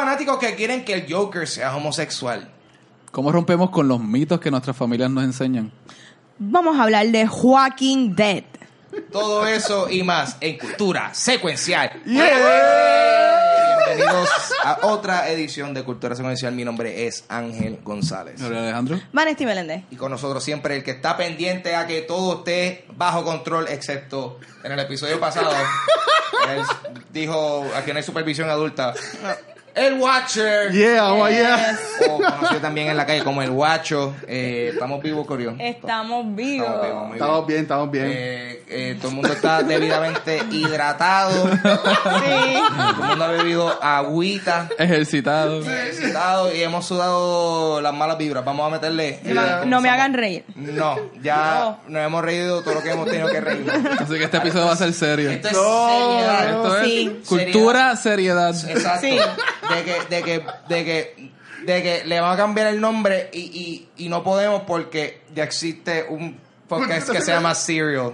fanáticos que quieren que el Joker sea homosexual. ¿Cómo rompemos con los mitos que nuestras familias nos enseñan? Vamos a hablar de Joaquin Dead. Todo eso y más en Cultura Secuencial. Bienvenidos a otra edición de Cultura Secuencial. Mi nombre es Ángel González. Gabriel Alejandro. Vanesti Meléndez. Y con nosotros siempre el que está pendiente a que todo esté bajo control, excepto en el episodio pasado. Él dijo a que no hay supervisión adulta. El Watcher. Yes. O conocido también en la calle como el Guacho. Estamos vivos, Corio. Estamos vivos. Muy Estamos bien. Todo el mundo está debidamente hidratado. Sí. Todo el mundo ha bebido agüita. Ejercitado. Y hemos sudado las malas vibras. Vamos a meterle. No me hagan reír. No, ya nos hemos reído todo lo que hemos tenido que reír. Así que este episodio va a ser serio. Esto es seriedad. Esto es Sí. cultura, seriedad. Exacto. Sí. De que le van a cambiar el nombre y no podemos porque ya existe un podcast que se llama Serial.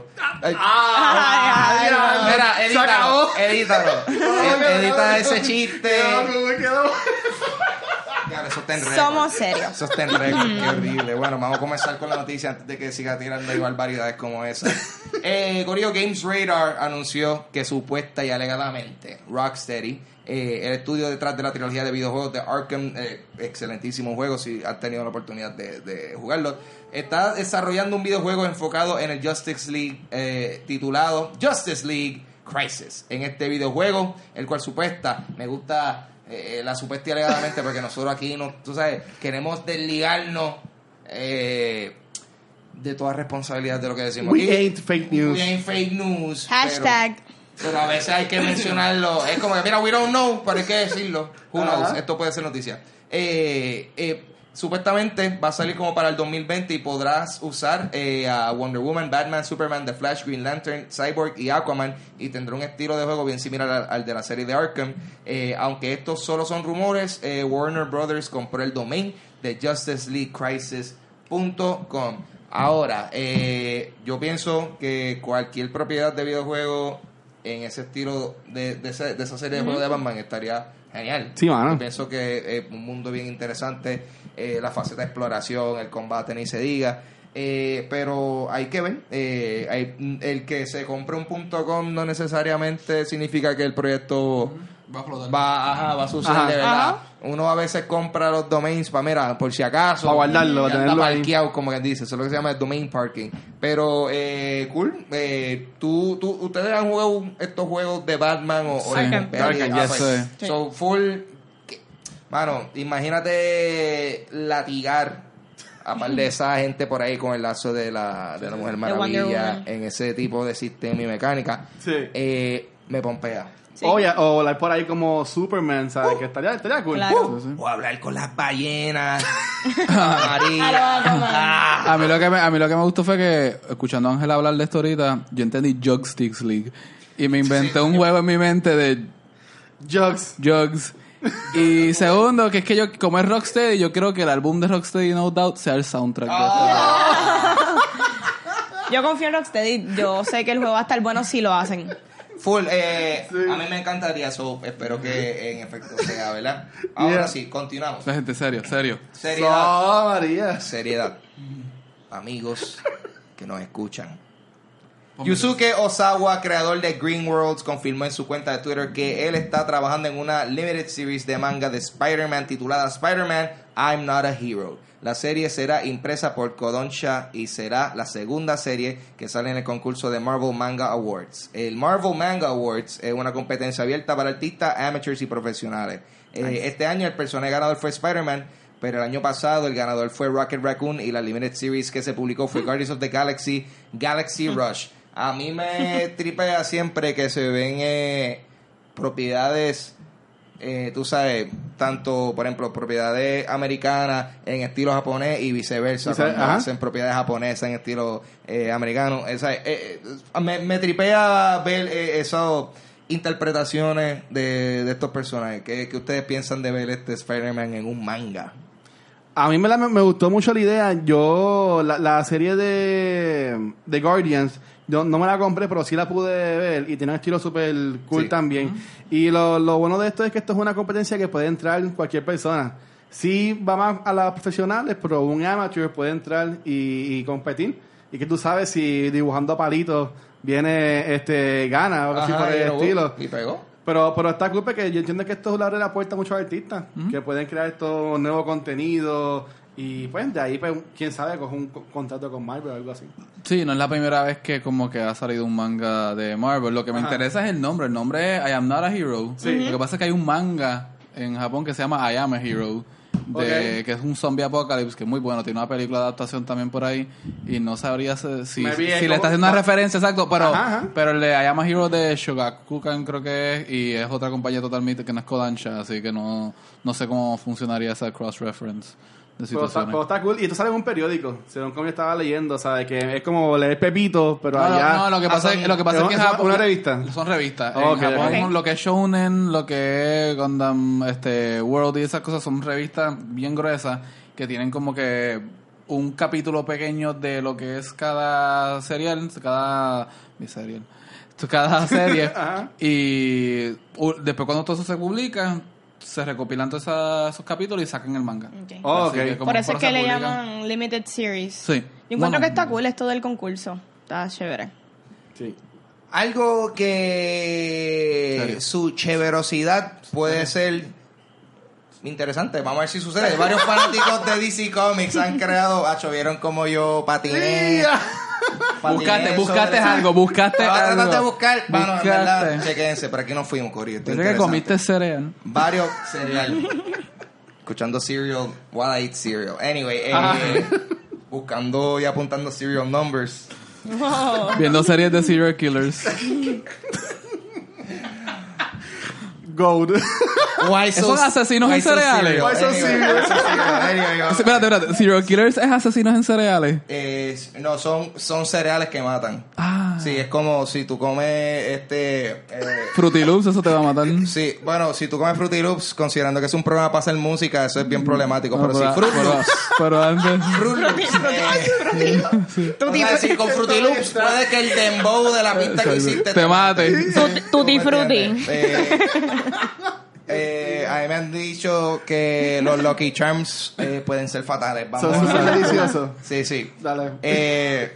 Mira, edítalo. Edita ese chiste. Ya, eso está en récord. Somos serios. Eso está en récord, qué horrible. Bueno, vamos a comenzar con la noticia antes de que siga tirando ahí barbaridades como esa. Corio, Games Radar anunció que supuesta y alegadamente Rocksteady, el estudio detrás de la trilogía de videojuegos de Arkham, excelentísimo juego si han tenido la oportunidad de jugarlo, está desarrollando un videojuego enfocado en el Justice League, titulado Justice League Crisis. En este videojuego, el cual me gusta la supuesta y alegadamente, porque nosotros aquí, tú sabes, queremos desligarnos de toda responsabilidad de lo que decimos. We aquí. ain't fake news. We ain't fake news. Hashtag. Pero a veces hay que mencionarlo. Es como que, mira, we don't know, pero hay que decirlo. Who knows? Esto puede ser noticia. Supuestamente va a salir como para el 2020 y podrás usar a Wonder Woman, Batman, Superman, The Flash, Green Lantern, Cyborg y Aquaman, y tendrá un estilo de juego bien similar al de la serie de Arkham. Aunque estos solo son rumores, Warner Brothers compró el domain de JusticeLeagueCrisis.com. Ahora, yo pienso que cualquier propiedad de videojuego en ese estilo de esa serie de juegos de Batman estaría genial. Sí, mano. Yo pienso que es un mundo bien interesante, la faceta de exploración, el combate, ni se diga. Pero hay que ver. El que se compre un .com no necesariamente significa que el proyecto Va a flotar. va a suceder de verdad. Ajá. Uno a veces compra los domains para, por si acaso, Para guardarlo, ya tenerlo está ahí. parqueado, como que dice. Eso es lo que se llama el domain parking. Pero, cool. ¿Ustedes han jugado estos juegos de Batman o Arkham. Arkham, ya sé. Sí. So, full. Mano, imagínate latigar a par de esa gente por ahí con el lazo de la Mujer Wonder Maravilla Woman. en ese tipo de sistema y mecánica. Sí. Me pompea. Sí. O hablar por ahí como Superman, ¿sabes? Que estaría cool. Claro. Sí, sí. O hablar con las ballenas. A María. lo Aquaman. A mí lo que me gustó fue que, escuchando a Ángel hablar de esto ahorita, yo entendí Jogsticks League. Y me inventé un juego en mi mente de Jugs. Jugs. Y segundo, que es que yo, como es Rocksteady, yo creo que el álbum de Rocksteady, No Doubt, sea el soundtrack de Yo confío en Rocksteady. Yo sé que el juego va a estar bueno si lo hacen. Full, a mí me encantaría eso. Espero que en efecto sea, ¿verdad? Ahora Yeah. sí, continuamos. La gente, serio. Seriedad. María. Seriedad. Amigos que nos escuchan. Yusuke Osawa, creador de Green Worlds, confirmó en su cuenta de Twitter que él está trabajando en una limited series de manga de Spider-Man titulada Spider-Man I'm Not a Hero. La serie será impresa por Kodansha y será la segunda serie que sale en el concurso de Marvel Manga Awards. El Marvel Manga Awards es una competencia abierta para artistas, amateurs y profesionales. Este año el personaje ganador fue Spider-Man, pero el año pasado el ganador fue Rocket Raccoon y la limited series que se publicó fue Guardians of the Galaxy, Galaxy Rush. A mí me tripea siempre que se ven propiedades, tú sabes, tanto, por ejemplo, propiedades americanas en estilo japonés y viceversa, cuando hacen propiedades japonesas en estilo americano. Me tripea ver esas interpretaciones de estos personajes. ¿Qué ustedes piensan de ver este Spider-Man en un manga? A mí me gustó mucho la idea. Yo, la serie de Guardians, yo no me la compré, pero sí la pude ver y tiene un estilo súper cool también. Y lo bueno de esto es que esto es una competencia que puede entrar cualquier persona. Sí va más a las profesionales, pero un amateur puede entrar y competir. Y que tú sabes si dibujando palitos viene gana o así por el estilo. Y pegó. Pero está cool porque yo entiendo que esto le abre la puerta a muchos artistas que pueden crear estos nuevos contenidos y pues de ahí, pues, quién sabe, coge un contrato con Marvel o algo así. Sí, no es la primera vez que como que ha salido un manga de Marvel. Lo que me interesa es el nombre. El nombre es I Am Not a Hero. Sí. Lo que pasa es que hay un manga en Japón que se llama I Am a Hero. Que es un zombie apocalypse, que es muy bueno, tiene una película de adaptación también por ahí y no sabría si le está haciendo una referencia, exacto, pero el de I Am a Hero de Shogakukan creo que es, y es otra compañía totalmente que no es Kodansha, así que no sé cómo funcionaría esa cross-reference de situaciones. Pero está cool, y esto sale en un periódico, según como yo estaba leyendo, ¿sabes? Que es como leer Pepito, pero allá... No, lo que pasa es que en Japón... ¿Una revista? Son revistas. En Japón lo que es Shounen, lo que es Gundam World y esas cosas son revistas bien gruesas que tienen como que un capítulo pequeño de lo que es cada serie y después cuando todo eso se publica se recopilan todos esos capítulos y sacan el manga. Okay. Por eso es que le llaman Limited Series. Sí. Yo encuentro que está cool esto del concurso. Está chévere. Sí. Algo que su cheverosidad puede ser interesante. Vamos a ver si sucede. Varios fanáticos de DC Comics han creado... vieron como yo patiné. Buscaste algo. Tratar de buscar. Bueno, en verdad, chequense, por aquí nos fuimos, Corio. Creo que comiste cereal. Varios cereal. Escuchando cereal while I eat cereal. Anyway, buscando y apuntando serial numbers. Viendo series de serial killers. Gold. ¿Son asesinos en cereales? Espérate. ¿Serial killers es asesinos en cereales? No, son cereales que matan. Sí, es como si tú comes Fruity Loops, eso te va a matar. Sí, bueno, si tú comes Fruity Loops, considerando que es un programa para hacer música, eso es bien problemático. Pero si Fruit Loops... Pero antes... Fruit Loops. Si con Fruity Loops puede que el dembow de la pista que hiciste te mate. Tutti Frutti. A mí me han dicho que los Lucky Charms pueden ser fatales. Son súper deliciosos. Sí. Dale. ¿En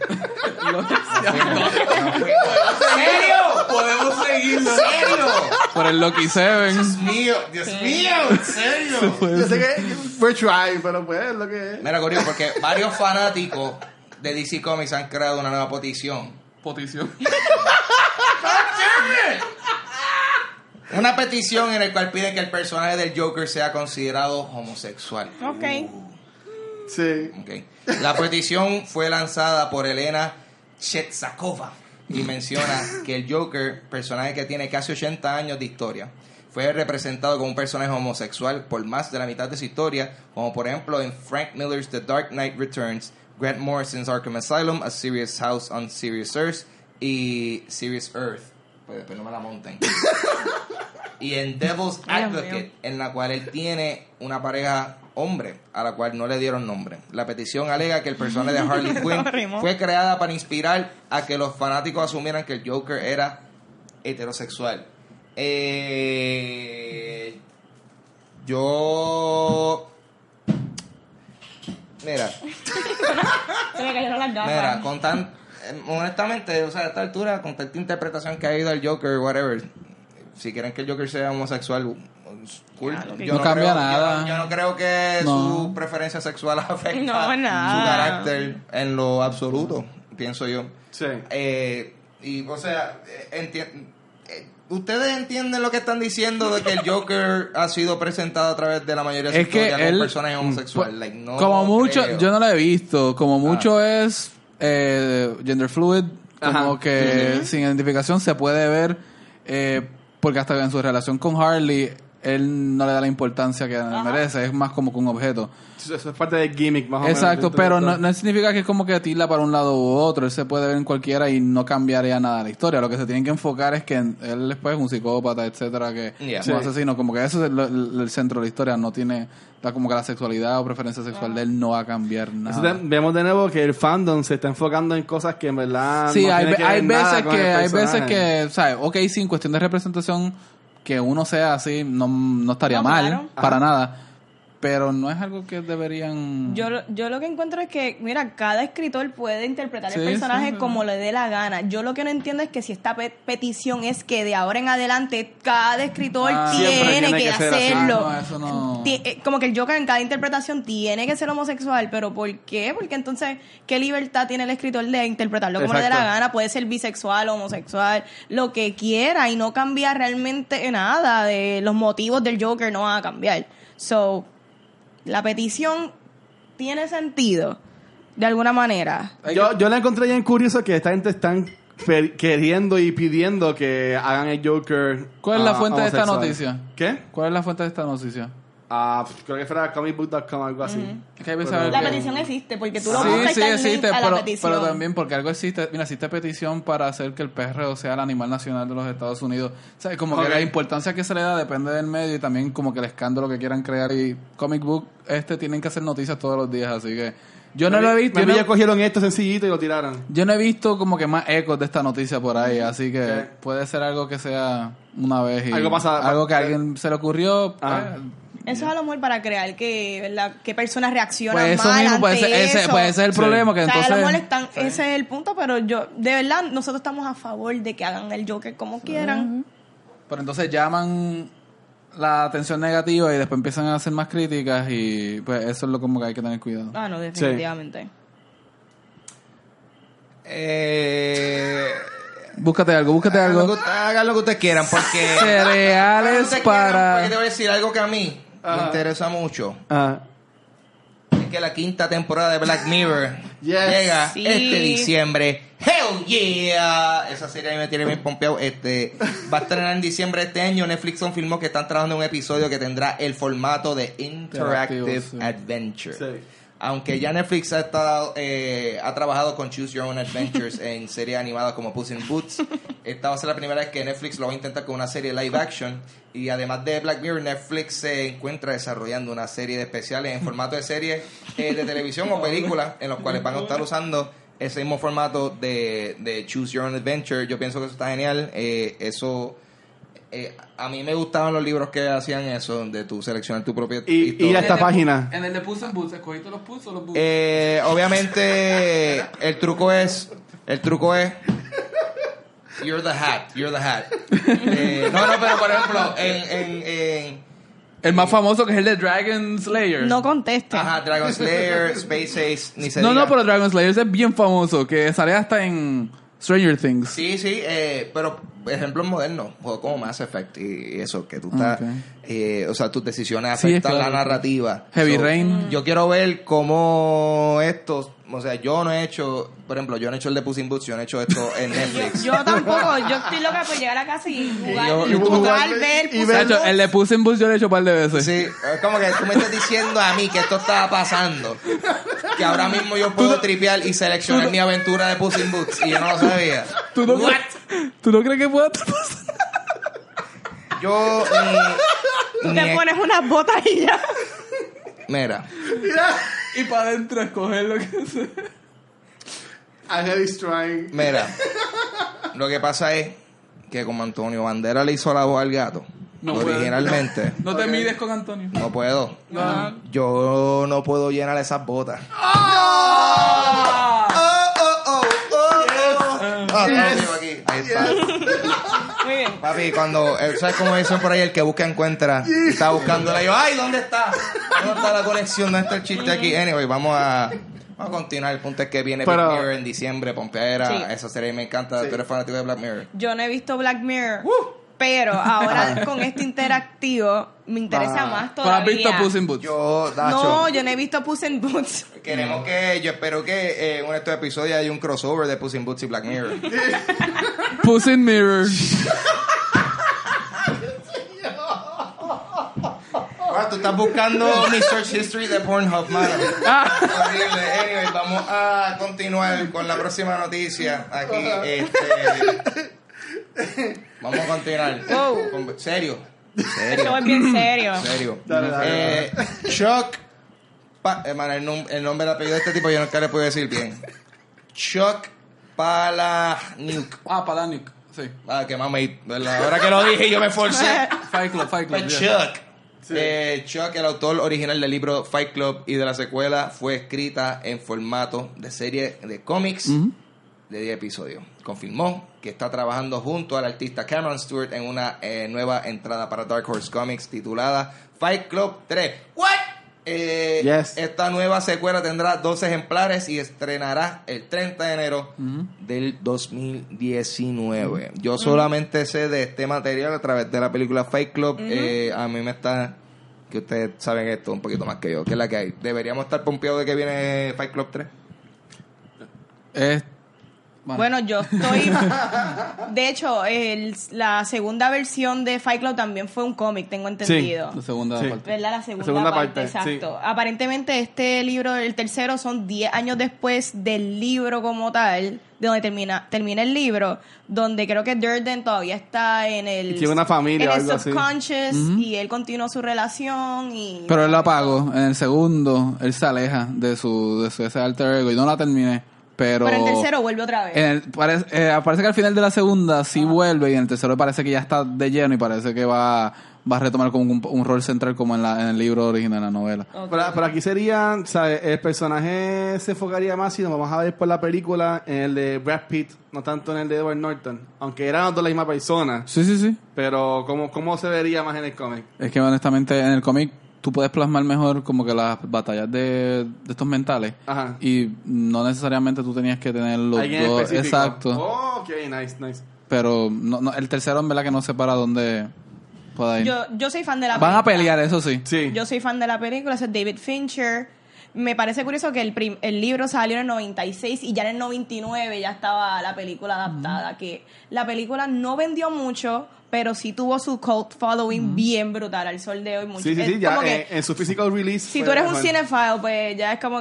serio? Podemos seguirlo. ¿En serio? Por el Lucky Seven. Dios mío, ¿en serio? Yo sé que fue try, pero pues lo que es. Mira, Corio, porque varios fanáticos de DC Comics han creado una nueva petición. Una petición en la cual piden que el personaje del Joker sea considerado homosexual. Sí. Okay. La petición fue lanzada por Elena Chetsakova y menciona que el Joker, personaje que tiene casi 80 años de historia, fue representado como un personaje homosexual por más de la mitad de su historia, como por ejemplo en Frank Miller's The Dark Knight Returns, Grant Morrison's Arkham Asylum, A Serious House on Serious Earth y Serious Earth. Pues después no me la monten. Y en Devil's Advocate, en la cual él tiene una pareja hombre, a la cual no le dieron nombre. La petición alega que el personaje de Harley Quinn fue creada para inspirar a que los fanáticos asumieran que el Joker era heterosexual. Mira, honestamente, o sea, a esta altura, con tanta interpretación que ha ido al Joker, whatever, si quieren que el Joker sea homosexual, cool. No cambia nada. Yo no creo que su preferencia sexual afecte su carácter en lo absoluto, pienso yo. Sí. Y, o sea, ¿ustedes entienden lo que están diciendo de que el Joker ha sido presentado a través de la mayoría de su historia como un personaje homosexual? Like, no como mucho, creo. yo no lo he visto. Como mucho es gender fluid, como que sin identificación se puede ver, porque hasta en su relación con Harley, él no le da la importancia que merece, es más como que un objeto. Eso es parte del gimmick, más o menos. Exacto, pero no significa que es como que tira para un lado u otro. Él se puede ver en cualquiera y no cambiaría nada de la historia. Lo que se tienen que enfocar es que él después es un psicópata, etcétera, que es un asesino. Como que eso es el centro de la historia. No tiene como que la sexualidad o preferencia sexual de él no va a cambiar nada. Vemos de nuevo que el fandom se está enfocando en cosas que en verdad sí, no hay tiene que ver nada con el veces personaje. que, ¿sabes? Ok, sí, en cuestión de representación, que uno sea así no estaría mal, claro. para nada. Pero no es algo que deberían... Yo lo que encuentro es que, mira, cada escritor puede interpretar el Sí, personaje sí. como le dé la gana. Yo lo que no entiendo es que si esta petición es que de ahora en adelante cada escritor tiene que ser así. hacerlo. No, eso no... Como que el Joker en cada interpretación tiene que ser homosexual, pero ¿por qué? Porque entonces, ¿qué libertad tiene el escritor de interpretarlo como le dé la gana? Puede ser bisexual, homosexual, lo que quiera, y no cambia realmente nada de los motivos del Joker, no van a cambiar. So, la petición tiene sentido, de alguna manera. Yo la encontré bien curioso que esta gente están queriendo y pidiendo que hagan el Joker. ¿Cuál es la fuente de esta homosexual. noticia? ¿Qué? ¿Cuál es la fuente de esta noticia? Creo que fuera comicbook.com, algo así. Es que hay veces algo La que- petición existe, porque tú lo Sí, buscas y sí está el link existe, a la pero petición. también porque algo existe. Mira, existe petición para hacer que el perreo sea el animal nacional de los Estados Unidos. O sea, como que la importancia que se le da depende del medio y también como que el escándalo que quieran crear. Y Comic Book tienen que hacer noticias todos los días, así que yo no lo he visto. Ya cogieron esto sencillito y lo tiraron. Yo no he visto como que más ecos de esta noticia por ahí, así que puede ser algo que sea una vez y algo que a alguien se le ocurrió. Eso es a lo mejor para crear ¿verdad? ¿Qué personas reaccionan Pues eso mal mismo ante puede ser eso? el problema, que O sea, entonces... a lo mejor ese es el punto, pero yo, de verdad, nosotros estamos a favor de que hagan el Joker como quieran. Pero entonces llaman la atención negativa y después empiezan a hacer más críticas y pues eso es lo como que hay que tener cuidado. Ah, no, definitivamente. Búscate algo. Hagan lo que ustedes quieran, porque... Cereales para... Porque te voy a decir algo que a mí me interesa mucho. Es que la quinta temporada de Black Mirror llega este diciembre. ¡Hell yeah! Esa serie a mí me tiene bien pompeado. Va a estrenar en diciembre de este año. Netflix confirmó que están trabajando en un episodio que tendrá el formato de Interactive Adventure. Sí. Aunque ya Netflix ha trabajado con Choose Your Own Adventures en series animadas como Puss in Boots, esta va a ser la primera vez que Netflix lo va a intentar con una serie live action. Y además de Black Mirror, Netflix se encuentra desarrollando una serie de especiales en formato de series de televisión o películas, en los cuales van a estar usando ese mismo formato de Choose Your Own Adventure. Yo pienso que eso está genial. A mí me gustaban los libros que hacían eso, de tu seleccionar tu propia historia. Y a esta página. En el de Puss in Boots, ¿escogiste los Puss o los Boots? Obviamente, el truco es You're the hat. No, pero por ejemplo, el más famoso, que es el de Dragon Slayer. No conteste. Ajá, Dragon Slayer, Space Ace, ni se No, diga. pero Dragon Slayer es bien famoso, que sale hasta en Stranger Things. Sí, pero ejemplos modernos, juegos como Mass Effect y eso, que tú estás, o sea, tus decisiones afectan la narrativa. Heavy Rain. Yo quiero ver cómo estos, o sea, yo no he hecho el de Puss in Boots, yo no he hecho esto en Netflix. Yo tampoco, yo estoy loca por llegar a casa y jugar, ver Puss in De hecho, Boots. el de Puss in Boots yo lo he hecho un par de veces. Sí, es como que tú me estás diciendo a mí que esto estaba pasando, que ahora mismo yo puedo tripear y seleccionar mi aventura de Puss in Boots y yo no lo sabía. ¿Tú no crees que pueda estar pasando? Yo Te pones unas botas y ya. Mira, Y para adentro escoger lo que sea. Mira, lo que pasa es que como Antonio Bandera le hizo la voz al gato, originalmente, No te mides con Antonio. no puedo. No. Yo no puedo llenar esas botas. Aquí. Ahí está. Muy bien. Papi, cuando, ¿sabes cómo dicen por ahí? El que busca encuentra. Y estaba buscándola. Y yo, ay, ¿dónde está? ¿Dónde está la conexión? ¿Dónde está el chiste aquí? Anyway, vamos a continuar. El punto es que viene Black Mirror en diciembre. Pompeadera. Sí. Esa serie me encanta. Tú eres fanático de Black Mirror. Yo no he visto Black Mirror, pero ahora con este interactivo me interesa más ¿Pero has todavía. visto Puss in Boots? Yo, Dacho, No, yo no he visto Puss in Boots. yo espero que en uno de estos episodios haya un crossover de Puss in Boots y Black Mirror. Puss in Mirror. Ahora tú estás buscando mi search history de Pornhub, mano. Horrible. Anyway, vamos a continuar con la próxima noticia. Aquí, vamos a continuar. Wow. Serio. Eso es bien serio. Dale. Chuck... el nombre y el apellido de este tipo yo nunca le puedo decir bien. Chuck Palahniuk. Palahniuk, sí. Que mami, ahora que lo dije yo me forcé. Fight Club. Chuck. Sí. Chuck, el autor original del libro Fight Club y de la secuela, fue escrita en formato de serie de cómics de 10 episodios. Confirmó que está trabajando junto al artista Cameron Stewart en una nueva entrada para Dark Horse Comics titulada Fight Club 3. ¿What? Esta nueva secuela tendrá 12 ejemplares y estrenará el 30 de enero del 2019. Yo solamente sé de este material a través de la película Fight Club. A mí me está... Que ustedes saben esto un poquito más que yo. ¿Qué es la que hay? ¿Deberíamos estar pompeados de que viene Fight Club 3? Bueno, yo estoy... De hecho, la segunda versión de Fight Club también fue un cómic, tengo entendido. La segunda parte. ¿Verdad? La segunda parte, exacto. Sí. Aparentemente este libro, el tercero, son 10 años después del libro como tal, de donde termina el libro, donde creo que Durden todavía está en el... Tiene una familia en o el algo subconscious, y él continuó su relación y... Pero él la apagó. En el segundo, él se aleja de ese alter ego y no la terminé. Pero en el tercero vuelve otra vez. Parece que al final de la segunda sí vuelve y en el tercero parece que ya está de lleno y parece que va a retomar como un rol central como en el libro original, en la novela. Okay. Pero aquí sería, ¿sabes? El personaje se enfocaría más, si nos vamos a ver por la película, en el de Brad Pitt, no tanto en el de Edward Norton. Aunque eran los dos la misma persona. Sí. Pero ¿cómo se vería más en el cómic? Es que honestamente en el cómic tú puedes plasmar mejor como que las batallas de estos mentales. Ajá. Y no necesariamente tú tenías que tener los ¿Alguien dos. específico? Exacto. Oh, ok, nice. Pero no, el tercero en verdad que no sé para dónde pueda ir. Yo soy fan de la película. Van a pelear, eso sí. Sí. Yo soy fan de la película, ese es David Fincher. Me parece curioso que el libro salió en el 96 y ya en el 99 ya estaba la película adaptada. Que la película no vendió mucho, pero sí tuvo su cult following bien brutal al sol de hoy. Mucho. Sí, ya en su physical release. Si tú eres un cinephile, pues ya es como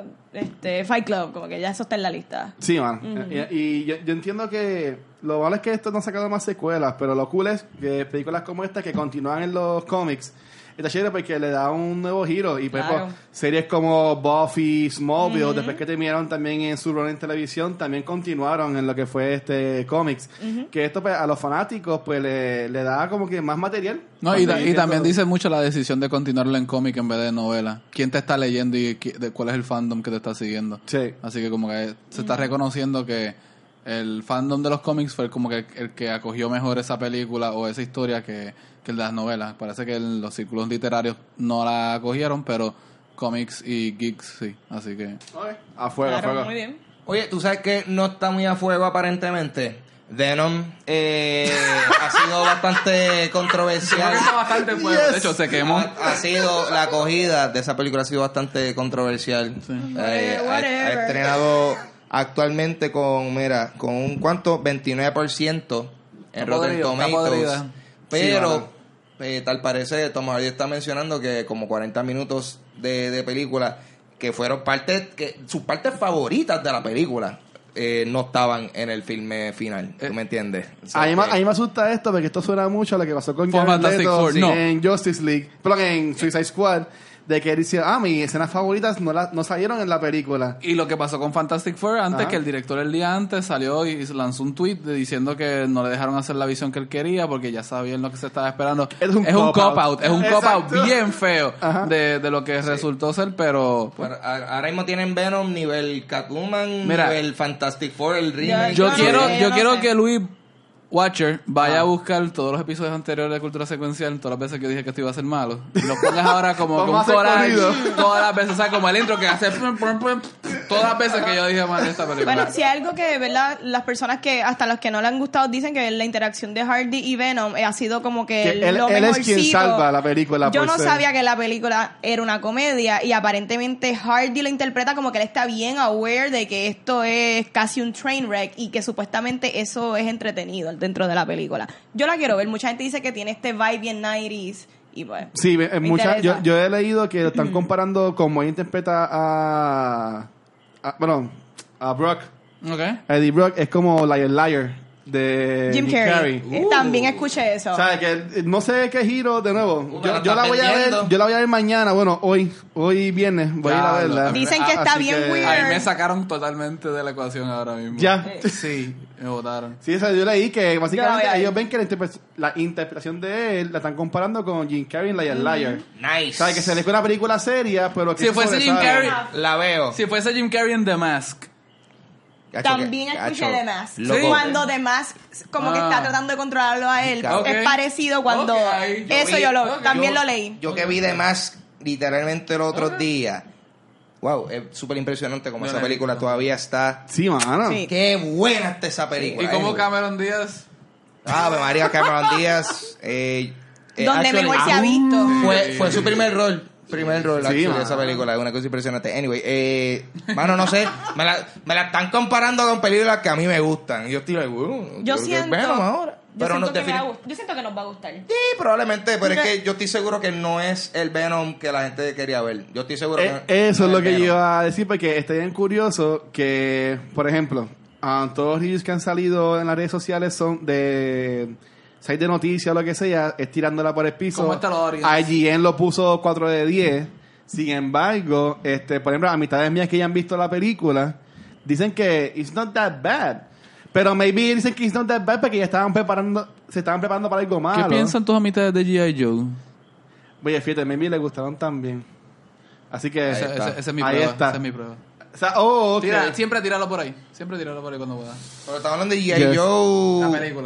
que Fight Club, como que ya eso está en la lista. Sí, man. Y yo entiendo que lo malo es que esto no ha sacado más secuelas, pero lo cool es que películas como esta que continúan en los cómics está chévere porque le da un nuevo giro. Y pues, Claro. series como Buffy, Smallville, después que terminaron también en su run en televisión, también continuaron en lo que fue cómics. Que esto pues, a los fanáticos pues le da como que más material. No, y también dice mucho la decisión de continuarlo en cómic en vez de novela. ¿Quién te está leyendo y cuál es el fandom que te está siguiendo? Sí. Así que como que se está reconociendo que el fandom de los cómics fue como que el que acogió mejor esa película o esa historia que el de las novelas. Parece que los círculos literarios no la acogieron, pero cómics y geeks sí. Así que... A fuego, Claro, a fuego. muy bien. Oye, ¿tú sabes que no está muy a fuego aparentemente? Venom ha sido bastante controversial. bastante fuego. De hecho, se quemó. Ha sido, la acogida de esa película ha sido bastante controversial. Sí. Ha estrenado actualmente con un ¿cuánto? 29% en Rotten Tomatoes. Pero tal parece, Tom Hardy está mencionando que como 40 minutos de película que fueron sus partes favoritas de la película no estaban en el filme final. ¿Tú me entiendes? O sea, A mí me asusta esto porque esto suena mucho a lo que pasó con Fue Jared Fantastic Leto Four, no. en Justice League, perdón, en Suicide Squad, de que decía, mis escenas favoritas no salieron en la película. Y lo que pasó con Fantastic Four antes, Ajá. que el director el día antes salió y lanzó un tweet diciendo que no le dejaron hacer la visión que él quería porque ya sabían lo que se estaba esperando. Es un cop-out. Es un cop-out Exacto. bien feo de lo que resultó ser, pero... Bueno, ahora mismo tienen Venom nivel Catwoman, Mira, nivel Fantastic Four, el remake. Yo no quiero, sé, yo no quiero sé. que Luis Watcher vaya a buscar todos los episodios anteriores de Cultura Secuencial, todas las veces que yo dije que esto iba a ser malo, y los pongas ahora como Vamos con a hacer coraje, corrido. todas las veces, o sea, como el intro que hace todas las veces que yo dije mal de esta película. Bueno, si hay algo que, ¿verdad? Las personas que, hasta los que no le han gustado, dicen que la interacción de Hardy y Venom ha sido como que Él lo es mejorcito. quien salva la película. Yo por no ser. sabía que la película era una comedia y aparentemente Hardy lo interpreta como que él está bien aware de que esto es casi un train wreck y que supuestamente eso es entretenido dentro de la película. Yo la quiero ver. Mucha gente dice que tiene este vibe bien 90s Y pues, Sí, interesa. yo he leído que están comparando como ella interpreta a Brock. Okay. Eddie Brock es como Liar de Jim Carrey. También escuché eso. O sea, que no sé qué giro, de nuevo. la Yo la voy a ver, vendiendo. yo la voy a ver mañana, bueno, hoy viernes, voy a ir a verla. Dicen que está Así bien que- weird. Ahí me sacaron totalmente de la ecuación ahora mismo. Ya. Sí, me votaron. Sí, esa yo leí que Yo la voy básicamente a ver. ellos ven que la interpretación de él la están comparando con Jim Carrey en Liar. Nice. O sea, que se le fue una película seria, pero que Si se fuese Jim sobresale. Carrey, La veo. si fuese Jim Carrey en The Mask. Gacho, También que- escuché gacho, The Mask. loco. Cuando The Mask como que está tratando de controlarlo a él. Ok. Es parecido cuando... Ok. Eso vi- yo ok. también lo leí. Yo que vi de más literalmente el otro día. Wow, es súper impresionante como Yo esa la he película visto. todavía está. Sí, mano. Sí. Qué buena está esa película. ¿Y como Anyway. Cameron Díaz? Ave María Cameron Díaz. Donde actually, mejor se ha visto. Fue su primer rol. Primer rol Sí, actually, mano. de esa película, es una cosa impresionante. Anyway, mano, no sé, me la están comparando con películas que a mí me gustan. Y yo estoy like, Yo siento... ahora. Pero no, yo siento que nos va a gustar. sí, probablemente, pero es que yo estoy seguro que no es el Venom que la gente quería ver. Yo estoy seguro que Eso es no lo que el yo Venom. iba a decir, porque está bien curioso que, por ejemplo, todos los reviews que han salido en las redes sociales son de sites de noticias o lo que sea, es tirándola por el piso. ¿Cómo está la audience? IGN lo puso 4 de 10. Sin embargo, por ejemplo, amistades mías que ya han visto la película dicen que it's not that bad. Pero maybe dicen que it's not that bad porque ya se estaban preparando para algo malo. ¿Qué piensan tus amistades de G.I. Joe? Oye, fíjate, maybe le gustaron también. Así que Esa es mi ahí prueba. está. Esa es mi prueba. O sea, ok. Siempre tíralo por ahí. Siempre tíralo por ahí cuando puedas. Pero estamos hablando de G.I. Yes. La Joe. película.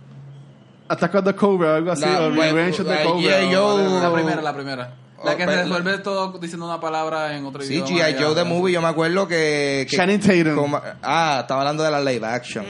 Attack of the Cobra, algo así, o Revenge of the la Cobra. G.I. o Joe. whatever. La primera. La que pero- resuelve todo diciendo una palabra en otro Sí, idioma. G.I. Joe The Movie, yo me acuerdo que Channing Tatum. estaba hablando de la live action.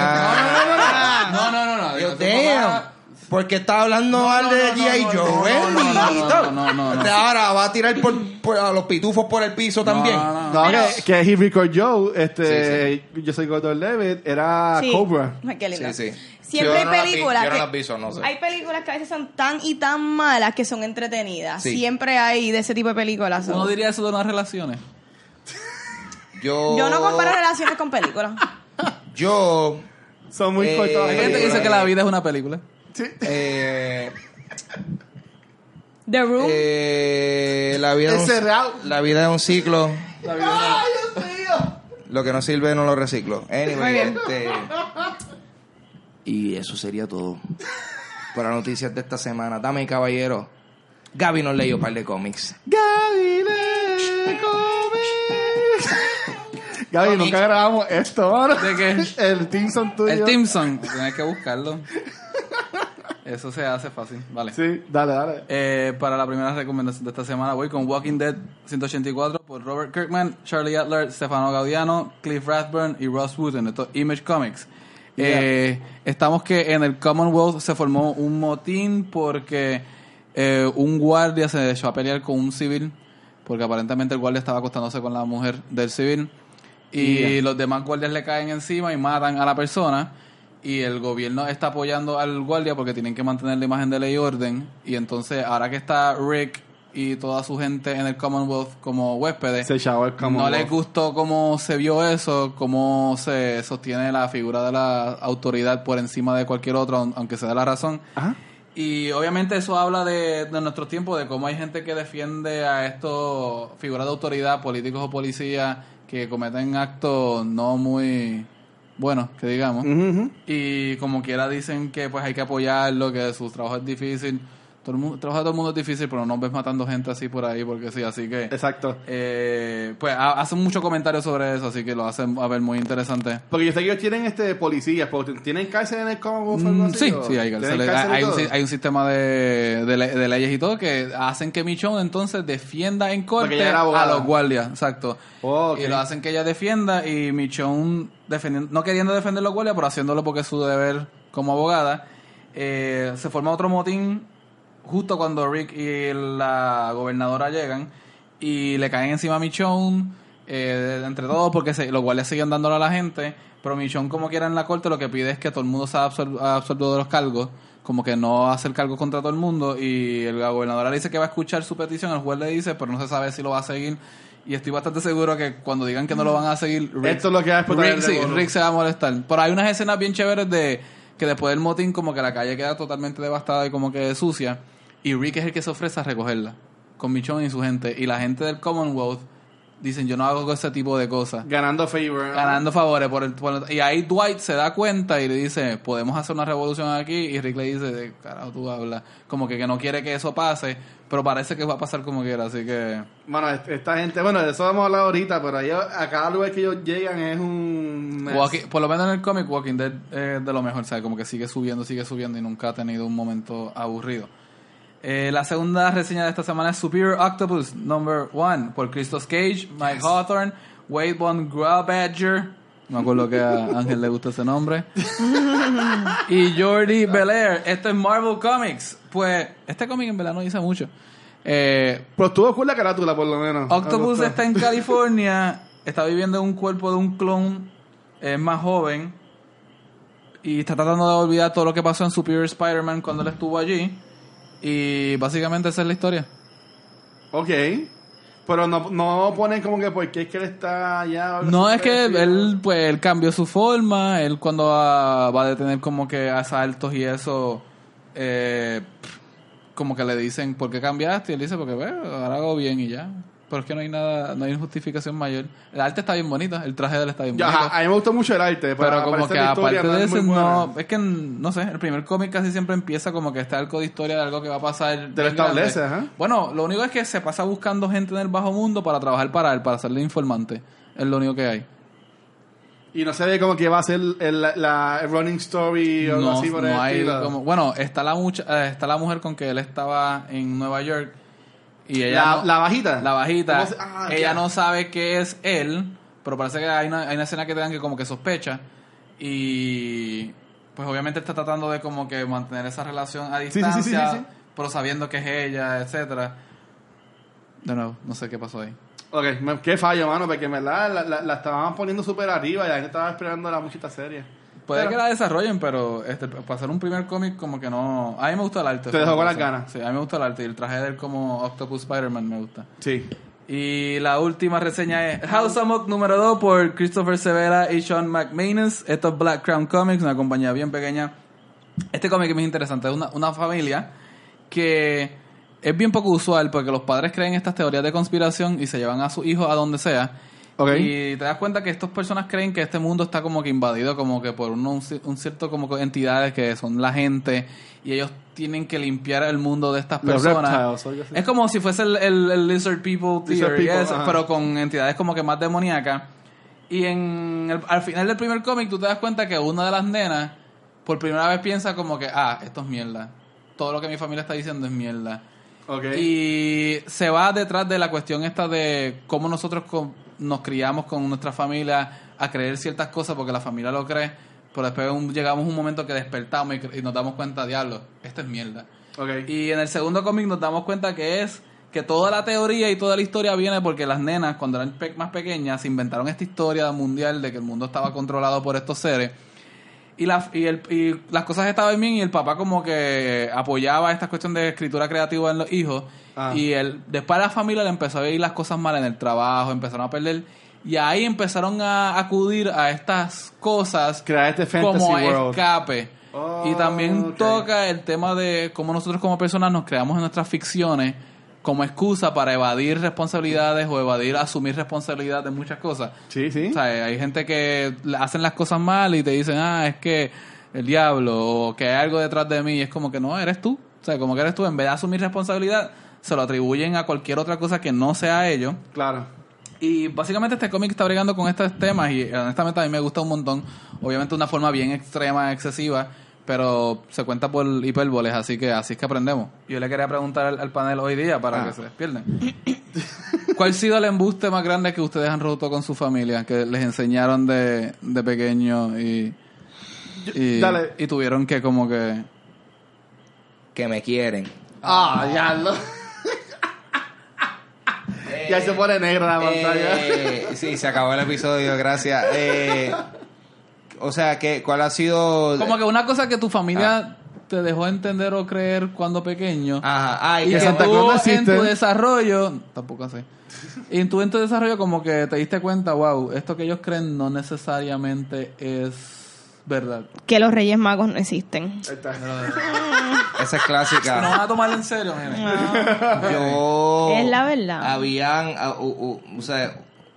No. Yo, damn. Porque estaba hablando mal de G.I. Joe, bendito. No. Ahora va a tirar a los pitufos por el piso también. No, que He Record Joe, yo soy Gordon Levitt, era Sí. Cobra. Ay, qué lindo. Sí. Siempre Yo hay no las vi- películas yo no que- las vi, so no sé. Hay películas que a veces son tan y tan malas que son entretenidas. Sí. Siempre hay de ese tipo de películas. Uno diría eso de unas relaciones. Yo no comparo relaciones con películas. Yo Son muy cortas. Hay gente que dice que la vida es una película. eh, The Room. la vida es Ese real. la vida es un ciclo. ¡Ay, Dios mío! Lo que no sirve no lo reciclo. Muy Anyway, bien. y eso sería todo para noticias de esta semana. Dame caballero. Gaby nos leyó un par de cómics. Gaby le come. Gaby, nunca grabamos esto, mano. ¿De qué? El Team Son tuyo. El Team Song. Tienes que buscarlo. Eso se hace fácil. Vale. Sí, dale. Para la primera recomendación de esta semana voy con Walking Dead 184 por Robert Kirkman, Charlie Adler, Stefano Gaudiano, Cliff Rathburn y Ross Wooten. Esto es Image Comics. Estamos que en el Commonwealth se formó un motín porque un guardia se echó a pelear con un civil porque aparentemente el guardia estaba acostándose con la mujer del civil y los demás guardias le caen encima y matan a la persona. Y el gobierno está apoyando al guardia porque tienen que mantener la imagen de ley y orden. Y entonces, ahora que está Rick y toda su gente en el Commonwealth como huéspedes, Se echaba el no Commonwealth. les gustó cómo se vio eso, cómo se sostiene la figura de la autoridad por encima de cualquier otro, aunque se dé la razón. Ajá. Y obviamente eso habla de nuestros tiempos, de cómo hay gente que defiende a estos figuras de autoridad, políticos o policías, que cometen actos no muy buenos, que digamos. Ujú. Y como quiera dicen que pues hay que apoyarlo, que su trabajo es difícil. Trabajar todo el mundo es difícil, pero no ves matando gente así por ahí, porque sí, así que... Exacto. pues hacen muchos comentarios sobre eso, así que lo hacen a ver muy interesante. Porque yo sé que ellos tienen policías, porque ¿tienen cárcel en el Commonwealth o algo así? Sí, ¿o? sí, hay ¿Tienen cárceles. cárcel y Hay todo? hay un sistema de leyes y todo que hacen que Michonne entonces defienda en Porque corte ella era a abogada. los guardias, exacto. Oh, ok. Y lo hacen que ella defienda y Michonne no queriendo defender a los guardias, pero haciéndolo porque es su deber como abogada. Se forma otro motín justo cuando Rick y la gobernadora llegan y le caen encima a Michonne entre todos porque los guardias siguen dándole a la gente, pero Michonne como quiera en la corte lo que pide es que todo el mundo sea absorbido de los cargos. como que no hacer cargo contra todo el mundo, y la gobernadora le dice que va a escuchar su petición, el juez le dice, pero no se sabe si lo va a seguir, y estoy bastante seguro que cuando digan que no lo van a seguir, Rick, esto es lo que va a explotar Rick se va a molestar. Pero hay unas escenas bien chéveres de que después del motín como que la calle queda totalmente devastada y como que sucia, y Rick es el que se ofrece a recogerla con Michonne y su gente, y la gente del Commonwealth dicen, yo no hago ese tipo de cosas. Ganando Favores. Y ahí Dwight se da cuenta y le dice, podemos hacer una revolución aquí. Y Rick le dice, de carajo tú hablas. Como que no quiere que eso pase, pero parece que va a pasar como quiera, así que... Bueno, esta gente... Bueno, de eso vamos a hablar ahorita, pero a cada lugar que ellos llegan es un... por lo menos en el cómic, Walking Dead es de lo mejor, ¿sabes? Como que sigue subiendo y nunca ha tenido un momento aburrido. La segunda reseña de esta semana es Superior Octopus number 1 por Christos Gage, Mike Hawthorne, Wade von Grawbadger, no me acuerdo que a Ángel le gusta ese nombre, y Jordi Belair. Esto es Marvel Comics. Pues este cómic en verdad no dice mucho, pero estuvo con la carátula por lo menos. Octopus está en California, está viviendo en un cuerpo de un clon, es más joven y está tratando de olvidar todo lo que pasó en Superior Spider-Man cuando él estuvo allí. Y básicamente esa es la historia. Ok. Pero no ponen como que por qué es que él está allá. No, es que él cambió su forma. Él cuando va a detener como que asaltos y eso, como que le dicen, ¿por qué cambiaste? Y él dice, porque ahora hago bien y ya. Pero es que no hay nada, no hay justificación mayor. El arte está bien bonito, el traje de él está bien bonito. A mí me gustó mucho el arte. Pero como que aparte de eso, no... Es que, no sé, el primer cómic casi siempre empieza como que está arco de historia de algo que va a pasar. Te lo establece, ajá. Bueno, lo único es que se pasa buscando gente en el bajo mundo para trabajar para él, para hacerle informante. Es lo único que hay. Y no se ve como que va a ser la running story o algo así por el estilo. Bueno, está la mujer con que él estaba en Nueva York. Y ella la bajita. La bajita. Ella no sabe que es él, pero parece que hay una escena que te dan que como que sospecha. Y pues obviamente está tratando de como que mantener esa relación a distancia, sí. Pero sabiendo que es ella, etcétera. De nuevo, no sé qué pasó ahí. Ok, qué fallo, mano, porque en verdad la estaban poniendo súper arriba y la gente estaba esperando la muchita serie. Puede que la desarrollen, pero para hacer un primer cómic como que no... A mí me gusta el arte. Te dejó con las ganas. Sí, a mí me gusta el arte y el traje de él como Octopus Spider-Man me gusta. Sí. Y la última reseña es House of Mook número 2 por Christopher Severa y Sean McManus. Esto es Black Crown Comics, una compañía bien pequeña. Este cómic es muy interesante. Es una familia que es bien poco usual porque los padres creen estas teorías de conspiración y se llevan a sus hijos a donde sea. Okay. Y te das cuenta que estas personas creen que este mundo está como que invadido como que por un cierto como que entidades que son la gente y ellos tienen que limpiar el mundo de estas personas. Es como si fuese el Lizard People Theory, pero con entidades como que más demoníacas. Y al final del primer cómic tú te das cuenta que una de las nenas por primera vez piensa como que esto es mierda. Todo lo que mi familia está diciendo es mierda. Okay. Y se va detrás de la cuestión esta de cómo nosotros nos criamos con nuestra familia a creer ciertas cosas porque la familia lo cree, pero después llegamos a un momento que despertamos y nos damos cuenta, diablo, esto es mierda. Okay. Y en el segundo cómic nos damos cuenta que toda la teoría y toda la historia viene porque las nenas, cuando eran más pequeñas, se inventaron esta historia mundial de que el mundo estaba controlado por estos seres. Y las cosas estaban bien y el papá como que apoyaba esta cuestión de escritura creativa en los hijos. Y después la familia le empezó a ver las cosas mal en el trabajo, empezaron a perder. Y ahí empezaron a acudir a estas cosas crear este fantasy como world. Escape. Y también toca el tema de cómo nosotros como personas nos creamos en nuestras ficciones como excusa para evadir responsabilidades o asumir responsabilidad de muchas cosas. Sí, sí. O sea, hay gente que hacen las cosas mal y te dicen, es que el diablo o que hay algo detrás de mí. Y es como que no, eres tú. O sea, como que eres tú. En vez de asumir responsabilidad, se lo atribuyen a cualquier otra cosa que no sea ellos. Claro. Y básicamente este cómic está bregando con estos temas y honestamente a mí me gusta un montón. Obviamente de una forma bien extrema, excesiva, pero se cuenta por hipérboles, así es que aprendemos. Yo le quería preguntar al panel hoy día para que se despierten. ¿Cuál ha sido el embuste más grande que ustedes han roto con su familia, que les enseñaron de pequeño y tuvieron que como que me quieren? Ya lo... Ya se pone negra la pantalla. Sí, se acabó el episodio, gracias. O sea, ¿cuál ha sido...? Como que una cosa que tu familia te dejó entender o creer cuando pequeño. Ajá. Y que que Santa tú Claus no existe. en tu desarrollo, tampoco así. Y en tu desarrollo como que te diste cuenta, wow, esto que ellos creen no necesariamente es verdad. Que los Reyes Magos no existen. Esa es clásica. No van a tomarlo en serio, nene. Yo... Es la verdad. Habían... o sea...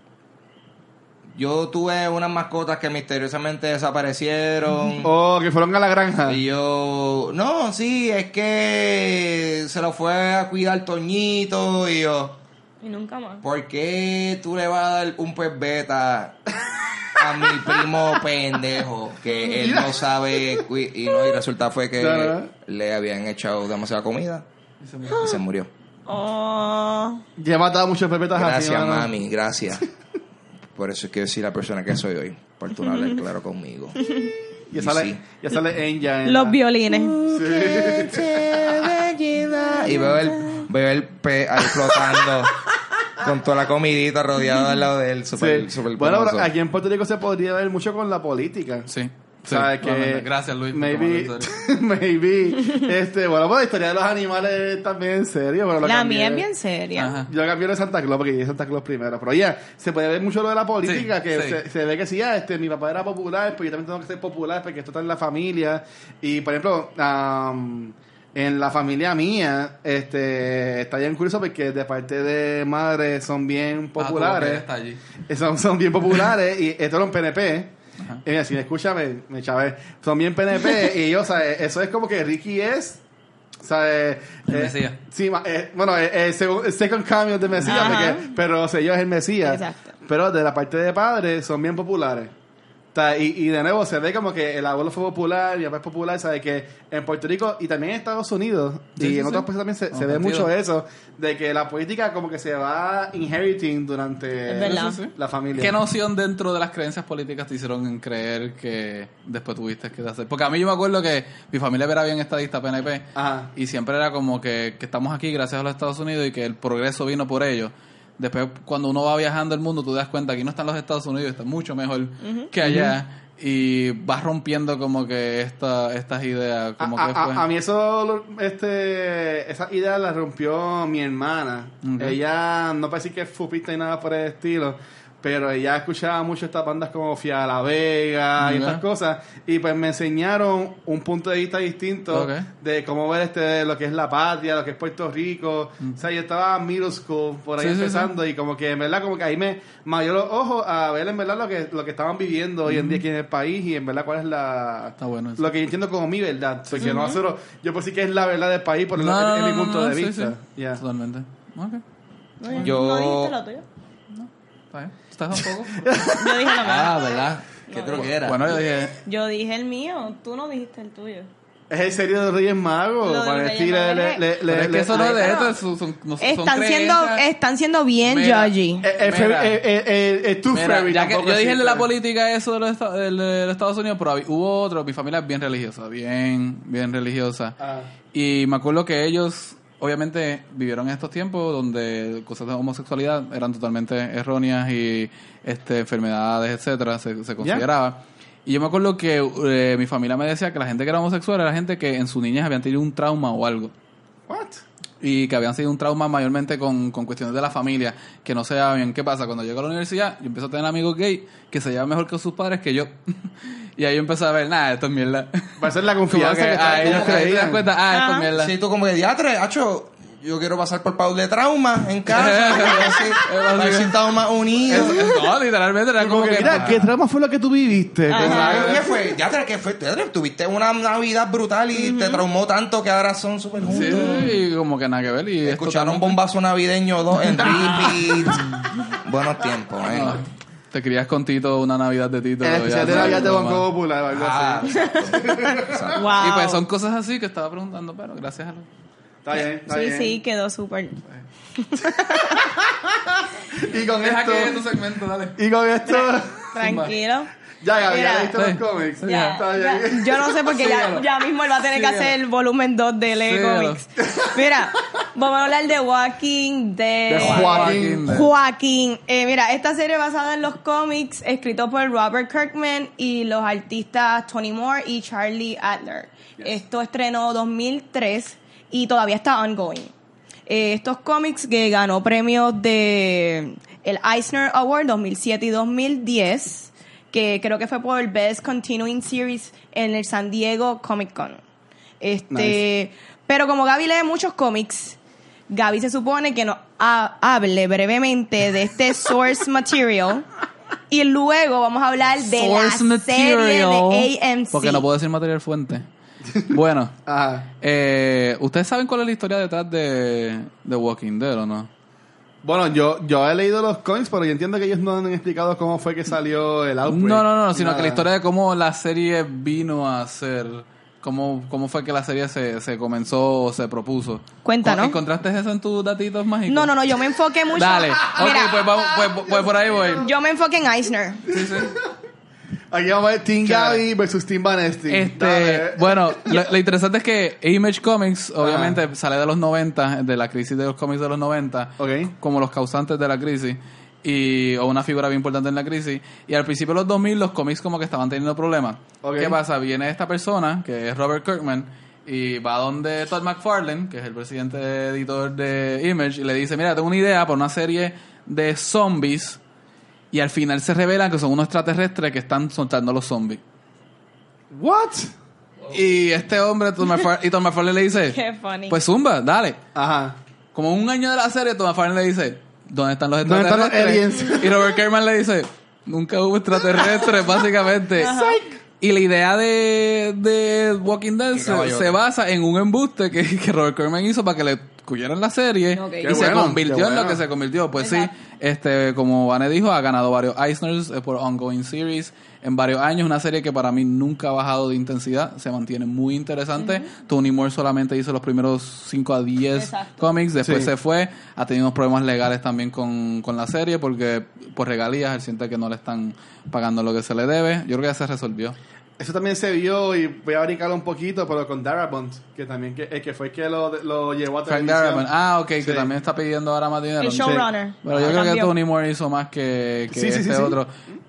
Yo tuve unas mascotas que misteriosamente desaparecieron. Oh, que fueron a la granja. Y yo... No, sí, es que... Se lo fue a cuidar Toñito. Y yo... Y nunca más. ¿Por qué tú le vas a dar un pez beta a mi primo pendejo que él no sabe? Y resulta fue que Claro. le habían echado demasiada comida y se murió. Oh. Ya he matado muchos pepetas así, Gracias, mano. mami, gracias. Por eso es que yo soy la persona que soy hoy. Por tu no hablar claro conmigo. Ya Y sale, sí. ya sale Enya en Los la- violines. Y veo el pez ahí flotando con toda la comidita rodeada al lado de él. Súper, Sí. súper Bueno, hermoso. pero aquí en Puerto Rico se podría ver mucho con la política. Sí. ¿Sabes Sí, que realmente. Gracias, Luis. por Maybe, tomarlo en serio. maybe, bueno, pues la historia de los animales también en serio, pero lo La cambié. mía es bien seria. Ajá. Yo cambié de Santa Claus porque yo Santa Claus primero. Pero ya, se puede ver mucho lo de la política, Sí, que sí. Se ve que sí, mi papá era popular, pues yo también tengo que ser popular porque esto está en la familia. Y por ejemplo, en la familia mía, está bien curioso porque de parte de madre son bien Ah, tu papá populares. está allí. Son bien populares y esto era un PNP. Y mira, si me escucha, me chavé. Son bien PNP y yo, ¿sabes? Eso es como que Ricky es, ¿sabes? El Mesías. Sí, bueno, el second coming de Mesías, Ajá. pero yo es el Mesías. Exacto. Pero de la parte de padres son bien populares. Y de nuevo se ve como que el abuelo fue popular, mi papá es popular, ¿sabes? Que en Puerto Rico y también en Estados Unidos Sí, y sí, en otros sí. países también se ve Compartido. mucho eso, de que la política como que se va inheriting durante Es verdad. Sí, sí. la familia. ¿Qué noción dentro de las creencias políticas te hicieron creer que después tuviste que hacer? Porque a mí yo me acuerdo que mi familia era bien estadista PNP Ajá. y siempre era como que estamos aquí gracias a los Estados Unidos y que el progreso vino por ellos. Después cuando uno va viajando el mundo tú te das cuenta que aquí no están los Estados Unidos, está mucho mejor que allá y vas rompiendo como que estas ideas como que fue. A mí eso, esa idea la rompió mi hermana. Ok. Ella, no parece que es fupista y nada por el estilo, pero ella escuchaba mucho estas bandas como Fia La Vega y Ok. estas cosas, y pues me enseñaron un punto de vista distinto Ok. de cómo ver lo que es la patria, lo que es Puerto Rico. O sea, yo estaba en middle school por ahí Sí, sí, empezando y como que en verdad como que ahí me abrió los ojos a ver en verdad lo que estaban viviendo hoy en día aquí en el país y en verdad cuál es Está bueno eso. lo que yo entiendo como mi verdad, porque no solo yo pues sí que es la verdad del país por en mi punto de sí, vista. sí. Yeah. Totalmente. Ok. Yo- ¿No dijiste lo tuyo? Está bien. ¿Estás un poco? Yo dije la mía. ¿verdad? ¿Qué troquera? Bueno, yo dije... Yo dije el mío. Tú no dijiste el tuyo. Es el serio de los Reyes Magos. Lo de Para los decir, Reyes Magos Pero es que eso no es de pero- esto, son Están siendo bien Mira, judgy. el Tooth Mira, Fairy ya que tampoco yo dije el de la existe. política eso de los Estados Unidos, pero hubo otro, mi familia es bien religiosa, bien religiosa. Ah. Y me acuerdo que ellos, obviamente, vivieron en estos tiempos donde cosas de homosexualidad eran totalmente erróneas y enfermedades, etcétera, se consideraba. Y yo me acuerdo que mi familia me decía que la gente que era homosexual era gente que en su niñez habían tenido un trauma o algo. What? Y que habían sido un trauma mayormente con cuestiones de la familia, que no se llevaban bien. ¿Qué pasa? Cuando llego a la universidad, yo empiezo a tener amigos gay que se llevan mejor que sus padres que yo. Y ahí yo empecé a ver, nada, esto es mierda. Va a ser la confianza que ahí ellos te das creían. cuenta, esto es mierda. Sí, tú como que diatre, hacho, yo quiero pasar por Paul de trauma en casa. A ver si estamos más unidos. No, literalmente era como Como que, que... mira, ¿qué trauma fue lo que tú viviste? ¿Qué fue? Diatre, ¿qué fue? Diatre, tuviste una Navidad brutal y te traumó tanto que ahora son súper juntos. Sí, y como que nada que ver. Y es Escucharon totalmente- bombazo navideño 2 en repeat. Buenos tiempos, No, te crías con Tito una Navidad de Tito. El especial de ya Navidad de sabes, Banco normal. Popular o algo Ah, así. exacto. Wow. Y pues son cosas así que estaba preguntando, pero gracias a lo... Está bien, está Sí, bien. sí, quedó súper. Y con Deja esto... que tu segmento, dale. Y con esto... Tranquilo. Ya Mira, leíste los cómics. Ya. Yo no sé porque ya mismo él va a tener que hacer el volumen 2 de Lego Comics. Mira, vamos a hablar de Walking Dead. De Joaquín. Mira, esta serie basada en los cómics, escrito por Robert Kirkman y los artistas Tony Moore y Charlie Adler. Esto estrenó 2003 y todavía está ongoing. Estos cómics que ganó premios de el Eisner Award 2007 y 2010, que creo que fue por Best Continuing Series en el San Diego Comic Con. Nice. Pero como Gaby lee muchos cómics, Gaby se supone que nos hable brevemente de este source material y luego vamos a hablar de Source la serie de AMC. Porque no puedo decir material fuente. Bueno, ¿ustedes saben cuál es la historia detrás de Walking Dead o no? Bueno, yo he leído los cómics, pero yo entiendo que ellos no han explicado cómo fue que salió el outbreak. No, sino que la historia de cómo la serie vino a ser, cómo fue que la serie se comenzó o se propuso. Cuéntanos. ¿Encontraste eso en tus datitos mágicos? No, yo me enfoqué mucho. Dale, Mira, pues vamos, pues por ahí voy. yo me enfoqué en Eisner. Sí. Aquí vamos a ver Team Gaby versus Team Vanesti. Bueno, lo interesante es que Image Comics obviamente sale de los 90, de la crisis de los cómics de los 90, como los causantes de la crisis o una figura bien importante en la crisis, y al principio de los 2000 los cómics como que estaban teniendo problemas. ¿Qué pasa? Viene esta persona que es Robert Kirkman y va donde Todd McFarlane, que es el presidente editor de Image, y le dice, mira, tengo una idea para una serie de zombies. Y al final se revelan que son unos extraterrestres que están soltando los zombies. ¿What? Y este hombre, Tom McFarlane le dice, Qué funny. pues zumba, dale. Ajá. Como un año de la serie, Tom McFarlane le dice, ¿dónde están los extraterrestres? ¿Dónde están los aliens? Y Robert Kirkman le dice, nunca hubo extraterrestres, básicamente. Y la idea de Walking Dead se basa en un embuste que Robert Kirkman hizo para que le cuyeran la serie y se convirtió en lo que se convirtió. Pues exacto. Sí, como Vane dijo, ha ganado varios Eisners por ongoing series en varios años. Una serie que para mí nunca ha bajado de intensidad, se mantiene muy interesante. Tony Moore solamente hizo los primeros 5 a 10 cómics, después se fue, ha tenido unos problemas legales también con la serie porque por regalías él siente que no le están pagando lo que se le debe. Yo creo que ya se resolvió. Eso también se vio, y voy a brincarlo un poquito, pero con Darabont, que también que fue el que lo llevó a Frank televisión. Darabont, que también está pidiendo ahora más dinero. El showrunner. Pero yo creo que Tony Moore hizo más que otro.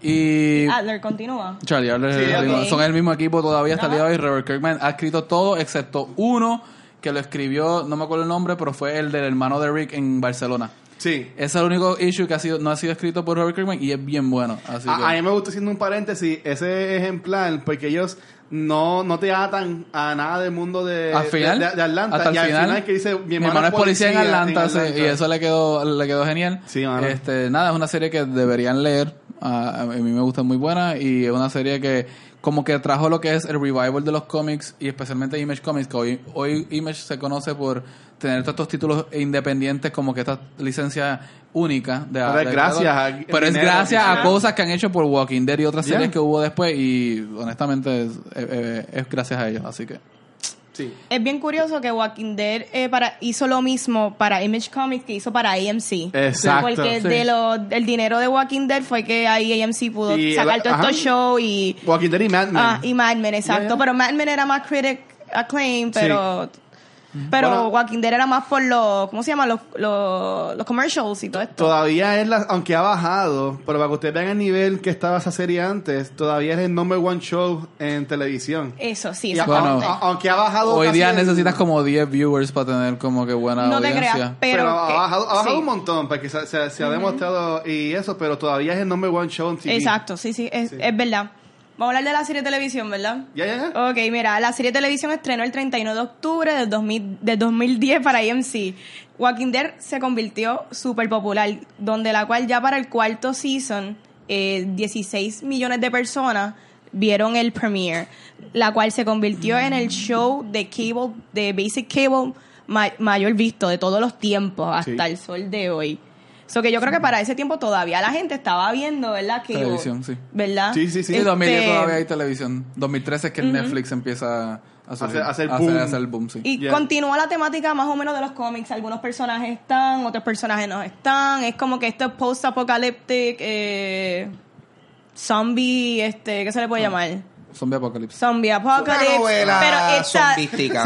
Y Adler continúa. Charlie Adler son el mismo equipo todavía hasta el día de hoy. Robert Kirkman ha escrito todo excepto uno que lo escribió, no me acuerdo el nombre, pero fue el del hermano de Rick en Barcelona. Sí. Ese es el único issue que no ha sido escrito por Robert Kirkman y es bien bueno. Así a mí me gusta, haciendo un paréntesis, ese ejemplar, porque ellos no te atan a nada del mundo de Atlanta. Hasta el final, que dice, mi hermano es policía en Atlanta, y eso le quedó genial. Sí, nada, es una serie que deberían leer. A mí me gusta, muy buena, y es una serie que como que trajo lo que es el revival de los cómics y especialmente Image Comics, que hoy Image se conoce por tener todos estos títulos independientes, como que esta licencia única pero es gracias a cosas que han hecho por Walking Dead y otras series que hubo después, y honestamente es gracias a ellos, así que sí. Es bien curioso que Walking Dead hizo lo mismo para Image Comics que hizo para AMC. Exacto. Porque el dinero de Walking Dead fue que ahí AMC pudo sacar todos estos shows y... Walking Dead y Mad Men. Y Mad Men, exacto. Pero Mad Men era más critic acclaim, pero... Pero bueno, Walking Dead era más por los... ¿Cómo se llama? Los commercials y todo esto. Todavía es aunque ha bajado, pero para que ustedes vean el nivel que estaba esa serie antes, todavía es el number one show en televisión. Eso, sí. Bueno, aunque ha bajado... Hoy día necesitas como 10 viewers para tener como que buena audiencia. No te creas, pero ha bajado un montón, porque se ha demostrado y eso, pero todavía es el number one show en TV. Exacto, sí, es verdad. Vamos a hablar de la serie de televisión, ¿verdad? Ya. Ok, mira, la serie de televisión estrenó el 31 de octubre del 2010 para AMC. Walking Dead se convirtió súper popular, donde la cual ya para el cuarto season, 16 millones de personas vieron el premiere, la cual se convirtió en el show de Basic Cable mayor visto de todos los tiempos hasta el sol de hoy. So que yo creo que para ese tiempo todavía la gente estaba viendo, ¿verdad? Televisión, sí. ¿Verdad? Sí. En 2010 todavía hay televisión. 2013 es que Netflix empieza a hacer el boom, sí. Y continúa la temática más o menos de los cómics. Algunos personajes están, otros personajes no están. Es como que esto es post-apocalyptic. zombie, ¿qué se le puede llamar? Zombie Apocalypse. Zombie Apocalypse. Una novela pero zombística. Sí,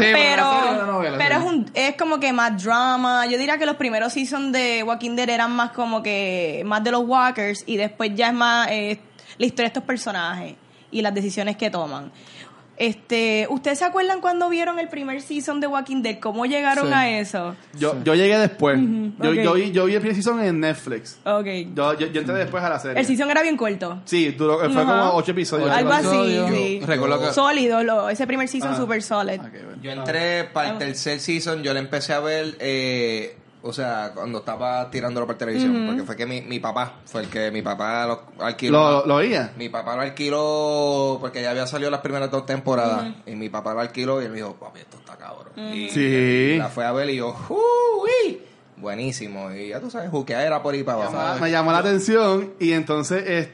pero es como que más drama. Yo diría que los primeros seasons de Walking Dead eran más como que más de los walkers y después ya es más la historia de estos personajes y las decisiones que toman. ¿Ustedes se acuerdan cuando vieron el primer season de Walking Dead? ¿Cómo llegaron a eso? Yo llegué después. Okay. Yo vi el primer season en Netflix. Okay. Yo entré después a la serie. El season era bien corto. Sí, fue como 8 episodios. Algo así, sí. Recuerdo Sólido, ese primer season super solid. Okay, bueno. Yo entré para el tercer season, yo le empecé a ver, o sea, cuando estaba tirándolo por televisión, porque fue que mi papá lo alquiló. ¿Lo oía? Mi papá lo alquiló porque ya había salido las primeras 2 temporadas y mi papá lo alquiló y él me dijo, papi, esto está cabrón. Y Sí. la fue a ver y yo, ¡uy! Buenísimo. Y ya tú sabes, juqueadera por ahí para abajo. Me llamó la atención y entonces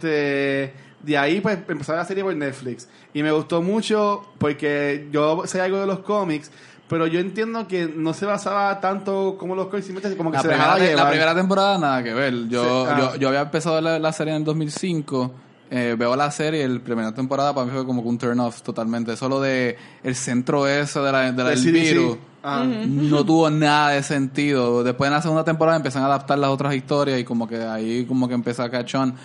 de ahí pues empezó la serie por Netflix y me gustó mucho porque yo sé algo de los cómics, pero yo entiendo que no se basaba tanto como los cómics, como que se dejaba llevar. La primera temporada nada que ver. Yo había empezado la serie en el 2005. Veo la serie, el primera temporada para mí fue como que un turn off totalmente. Solo de el centro ese del virus. No tuvo nada de sentido. Después en la segunda temporada empiezan a adaptar las otras historias y como que ahí como que empieza a catch on.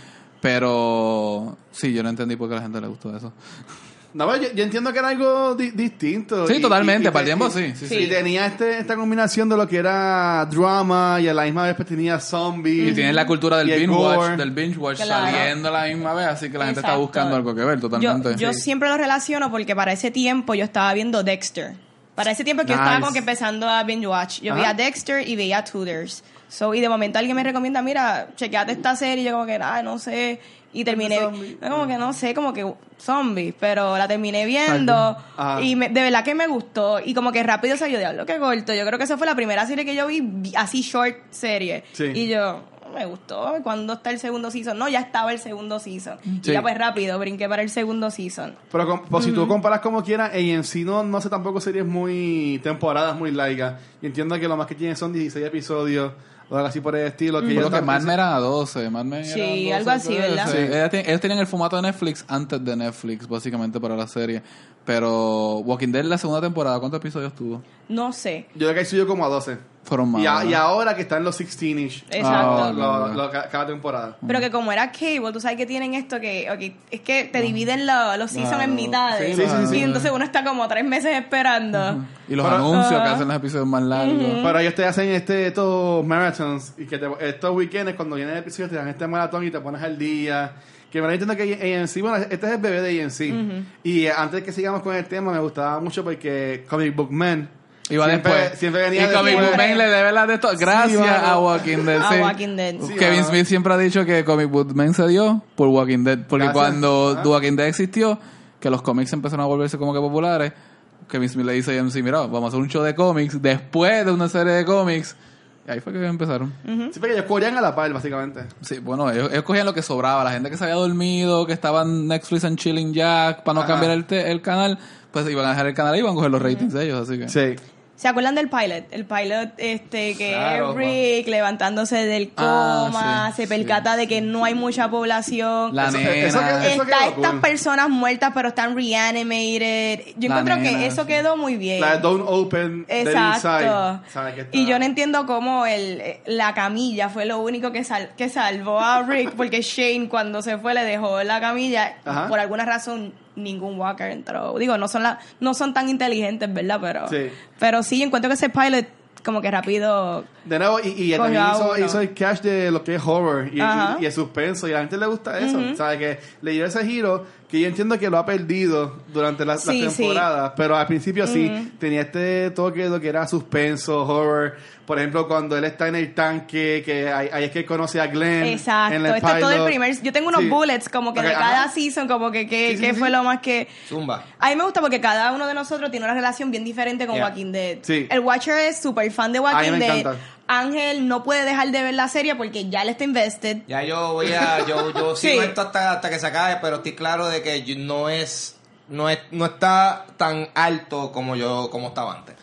Pero sí, yo no entendí por qué a la gente le gustó eso. No, yo entiendo que era algo distinto. Sí, totalmente, para el tiempo sí. Y tenía esta combinación de lo que era drama y a la misma vez pues tenía zombies. Y tiene la cultura del binge watch Claro. saliendo a la misma vez, así que la gente está Exacto. buscando algo que ver totalmente. Yo siempre lo relaciono porque para ese tiempo yo estaba viendo Dexter. Para ese tiempo que yo estaba como que empezando a binge watch. Yo veía Dexter y veía Tudors. Y de momento alguien me recomienda, mira, chequeate esta serie. Y yo como que, no sé. Y terminé, como que no sé, como que zombies, pero la terminé viendo y de verdad que me gustó y como que rápido se ayudó, lo que corto. Yo creo que esa fue la primera serie que yo vi así short serie. Sí. Y yo, me gustó. ¿Cuándo está el segundo season? No, ya estaba el segundo season. Sí. Y ya pues rápido, brinqué para el segundo season. Pero pues, si tú comparas como quieras, en sí no sé tampoco series muy temporadas muy largas. Y entiendo que lo más que tienen son 16 episodios o algo así por el estilo. Que Creo que Mad Men era 12. Mad Men Sí, era 12, algo así, ¿verdad? Sí. Ellos tenían el formato de Netflix antes de Netflix, básicamente, para la serie. Pero Walking Dead, la segunda temporada, ¿cuántos episodios tuvo? No sé. Yo creo que subió como a 12. Fueron más. Y ahora que están los 16-ish. Exacto. Cada temporada. Pero que como era cable, tú sabes que tienen esto que es que te dividen los seasons en mitades. Sí. Y entonces uno está como 3 meses esperando. Y los anuncios que hacen los episodios más largos. Pero ellos te hacen estos marathons y que estos weekends cuando viene el episodio te dan este maratón y te pones al día. Que me entiendo que AMC, bueno, este es el bebé de AMC. Y antes que sigamos con el tema, me gustaba mucho porque Comic Book Man Iba después. Siempre venía y Comic Book Man le debe la de esto. Gracias a Walking Dead. A sí. Walking Dead. Sí, Kevin Smith siempre ha dicho que Comic Book Man se dio por Walking Dead. Porque Gracias. cuando The Walking Dead existió, que los cómics empezaron a volverse como que populares, Kevin Smith le dice a AMC, mira, vamos a hacer un show de cómics después de una serie de cómics. Y ahí fue que empezaron. Sí, porque ellos corrían a la par, básicamente. Sí, bueno, ellos cogían lo que sobraba. La gente que se había dormido, que estaba en Netflix and Chilling Jack, para no cambiar el canal, pues iban a dejar el canal y iban a coger los ratings de ellos, así que... Sí. ¿Se acuerdan del pilot? El pilot que Claro, es Rick levantándose del coma, se percata de que no hay mucha población. La nena. eso Está quedó estas cool. personas muertas pero están reanimated. Yo La encuentro nena, que eso sí. quedó muy bien. La de Don't Open the Exacto. Inside. ¿Sabes qué está? Y yo no entiendo cómo la camilla fue lo único que salvó a Rick, porque Shane cuando se fue le dejó la camilla. Ajá. Por alguna razón ningún Walker entró. Digo, no son tan inteligentes, ¿verdad? Pero sí, encuentro que ese pilot como que rápido... De nuevo, y Cogió también a uno. hizo el catch de lo que es horror Ajá. y el suspenso, y a la gente le gusta eso. ¿Sabes? Que le dio ese giro que yo entiendo que lo ha perdido durante las Sí, temporadas, pero al principio sí, tenía este toque de lo que era suspenso, horror. Por ejemplo, cuando él está en el tanque, que ahí es que él conoce a Glenn. Exacto, en el este es todo el pilot. primer... Yo tengo unos Sí. bullets como que de Ok, cada ajá. season, como que Sí, qué fue lo más que... Zumba. A mí me gusta porque cada uno de nosotros tiene una relación bien diferente con Yeah. Walking Dead. Sí. El Watcher es súper fan de A Walking mí me Dead. encanta. Ángel no puede dejar de ver la serie porque ya le está invested. Ya yo sigo Sí. esto hasta que se acabe, pero estoy claro de que no está tan alto como estaba antes.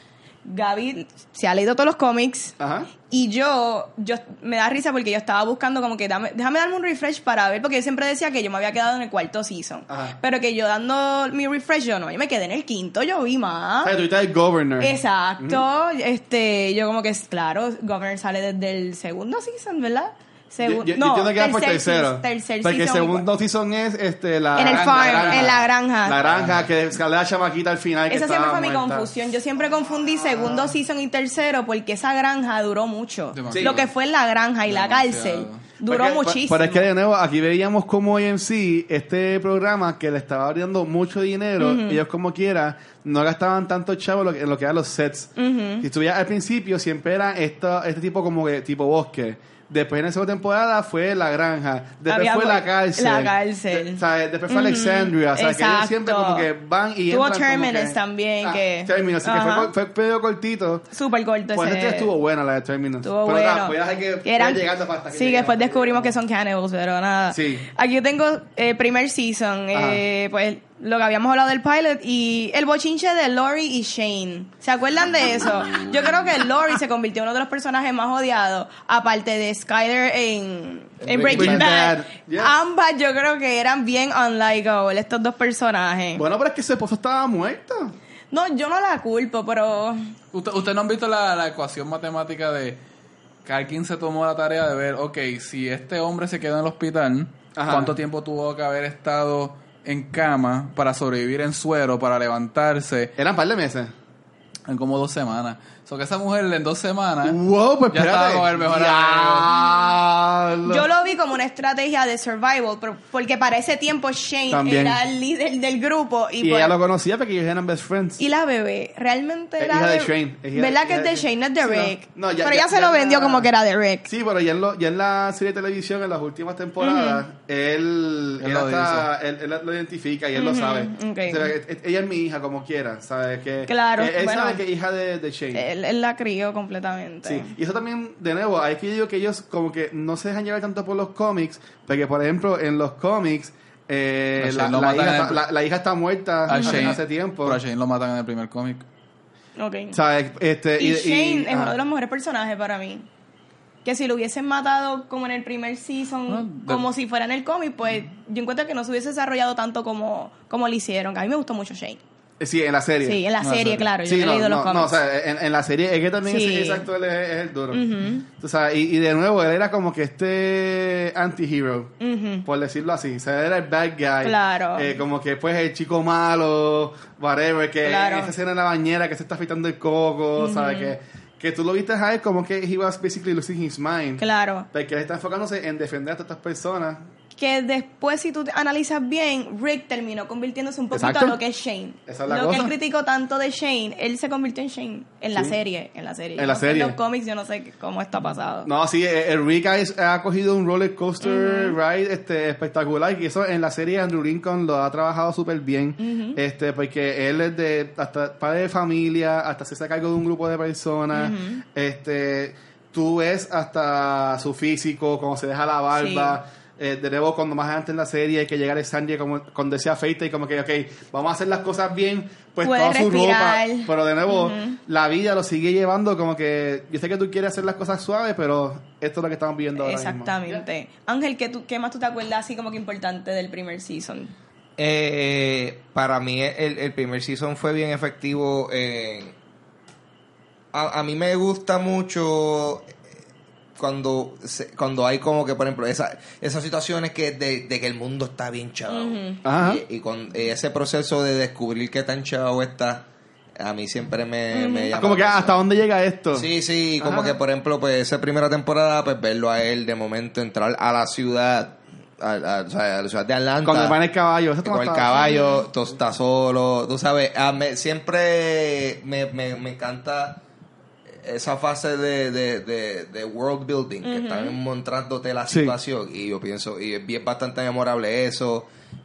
Gaby se ha leído todos los cómics. Ajá. Y yo me da risa porque yo estaba buscando como que déjame darme un refresh para ver, porque yo siempre decía que yo me había quedado en el 4º season. Ajá. Pero que yo dando mi refresh, yo me quedé en el 5º, yo vi más. O sea, tú estás el Governor. Exacto. Yo como que, claro, Governor sale desde el 2º season, ¿verdad? Yo entiendo que va por tercero. Porque el segundo season es la en el farm, en la granja. La granja, que sale la chamaquita al final. Esa siempre fue mi confusión. Yo siempre confundí segundo season y tercero porque esa granja duró mucho. Demasiado. Lo que fue la granja y la cárcel duró muchísimo. Pero es que de nuevo, aquí veíamos como AMC, este programa que le estaba abriendo mucho dinero, ellos como quiera, no gastaban tanto chavo en lo que eran los sets. Si estuvieras al principio, siempre era este tipo como que tipo bosque. Después en la segunda temporada fue la granja. Después fue la cárcel. La cárcel. Después fue Alexandria. O sea, que ellos siempre como que van y tuvo entran Terminus como que, también. Terminus, sí, que fue medio cortito. Súper corto Pues ese. estuvo buena la de Terminus. Estuvo pero bueno. Pues hay que eran, llegando hasta que sí, que después descubrimos que son cannibals, pero nada. Sí. Aquí yo tengo el primer season. Pues lo que habíamos hablado del pilot y el bochinche de Lori y Shane. ¿Se acuerdan de eso? Yo creo que Lori se convirtió en uno de los personajes más odiados, aparte de Skyler en Breaking Bad. Yes. Ambas yo creo que eran bien unlikable, estos dos personajes. Bueno, pero es que su esposo estaba muerto. No, yo no la culpo, pero... ¿Usted no han visto la ecuación matemática de que alguien se tomó la tarea de ver, ok, si este hombre se quedó en el hospital, ¿cuánto tiempo tuvo que haber estado en cama para sobrevivir en suero, para levantarse? Eran un par de meses. En como 2 semanas. So que esa mujer en 2 semanas Wow, pues ya espérate. estaba con el mejor amigo. Yo lo vi como una estrategia de survival, porque para ese tiempo Shane También. era el líder del grupo. Y pues, ella lo conocía porque ellos eran best friends. y la bebé, realmente era hija de Shane. ¿Verdad que es de Shane? No es de Sí, Rick. no, pero ella se lo vendió como que era de Rick. Sí, pero ya en la serie de televisión, en las últimas temporadas, él lo identifica y él lo sabe. Okay. O sea, ella es mi hija como quiera, ¿sabes? Que, Claro, Él bueno. sabe que es hija de Shane. Él la crió completamente. Sí, y eso también, de nuevo, hay que yo digo que ellos como que no se dejan llevar tanto por los cómics, porque por ejemplo, en los cómics, la hija está muerta hace tiempo. Pero a Shane lo matan en el primer cómic. Okay. ¿Sabes? Y Shane es uno de los mejores personajes para mí. Que si lo hubiesen matado como en el primer season, como si fuera en el cómic, pues yo encuentro que no se hubiese desarrollado tanto como lo hicieron. A mí me gustó mucho Shane. Sí, en la serie. Sí, en la serie, claro. Yo Sí, he leído los cómics. No, o sea, en la serie es que también Sí. exacto, él es el duro. Tú sabes, y de nuevo, él era como que este anti-hero, por decirlo así. O sea, él era el bad guy. Claro. Como que pues el chico malo, whatever, que Claro. en esa escena en la bañera que se está afeitando el coco, ¿sabes? Que tú lo viste a él como que he was basically losing his mind. Claro. Porque él está enfocándose en defender a todas estas personas. Que después, si tú analizas bien, Rick terminó convirtiéndose un poquito Exacto. a lo que es Shane. Esa es la lo que cosa. él criticó tanto de Shane, él se convirtió en Shane en la Sí. serie. En la No, serie. En los cómics yo no sé cómo está pasado. No, sí, el Rick ha cogido un roller coaster ride espectacular, y eso en la serie Andrew Lincoln lo ha trabajado súper bien, porque él es de hasta padre de familia, hasta se hace cargo de un grupo de personas, tú ves hasta su físico, cómo se deja la barba. De nuevo, cuando más adelante en la serie hay que llegar a Alexandria como cuando se afeita y como que, ok, vamos a hacer las cosas bien, pues Puede toda su respirar. ropa, pero de nuevo, la vida lo sigue llevando como que, yo sé que tú quieres hacer las cosas suaves, pero esto es lo que estamos viviendo ahora mismo. Exactamente. Ángel, ¿qué más tú te acuerdas así como que importante del primer season? Para mí el primer season fue bien efectivo. A mí me gusta mucho cuando hay como que, por ejemplo, esas situaciones que de que el mundo está bien chavo. Ajá. Y con ese proceso de descubrir qué tan chavo está, a mí siempre me llama. Como que la hasta dónde llega esto. Sí, como Ajá. que, por ejemplo, pues esa primera temporada, pues verlo a él de momento entrar a la ciudad, a la ciudad de Atlanta. Cuando va en el caballo. Eso Con el está- caballo, tú estás solo, tú sabes, siempre me encanta esa fase de world building, que están mostrándote la Sí. situación, y yo pienso, y es bien bastante memorable eso,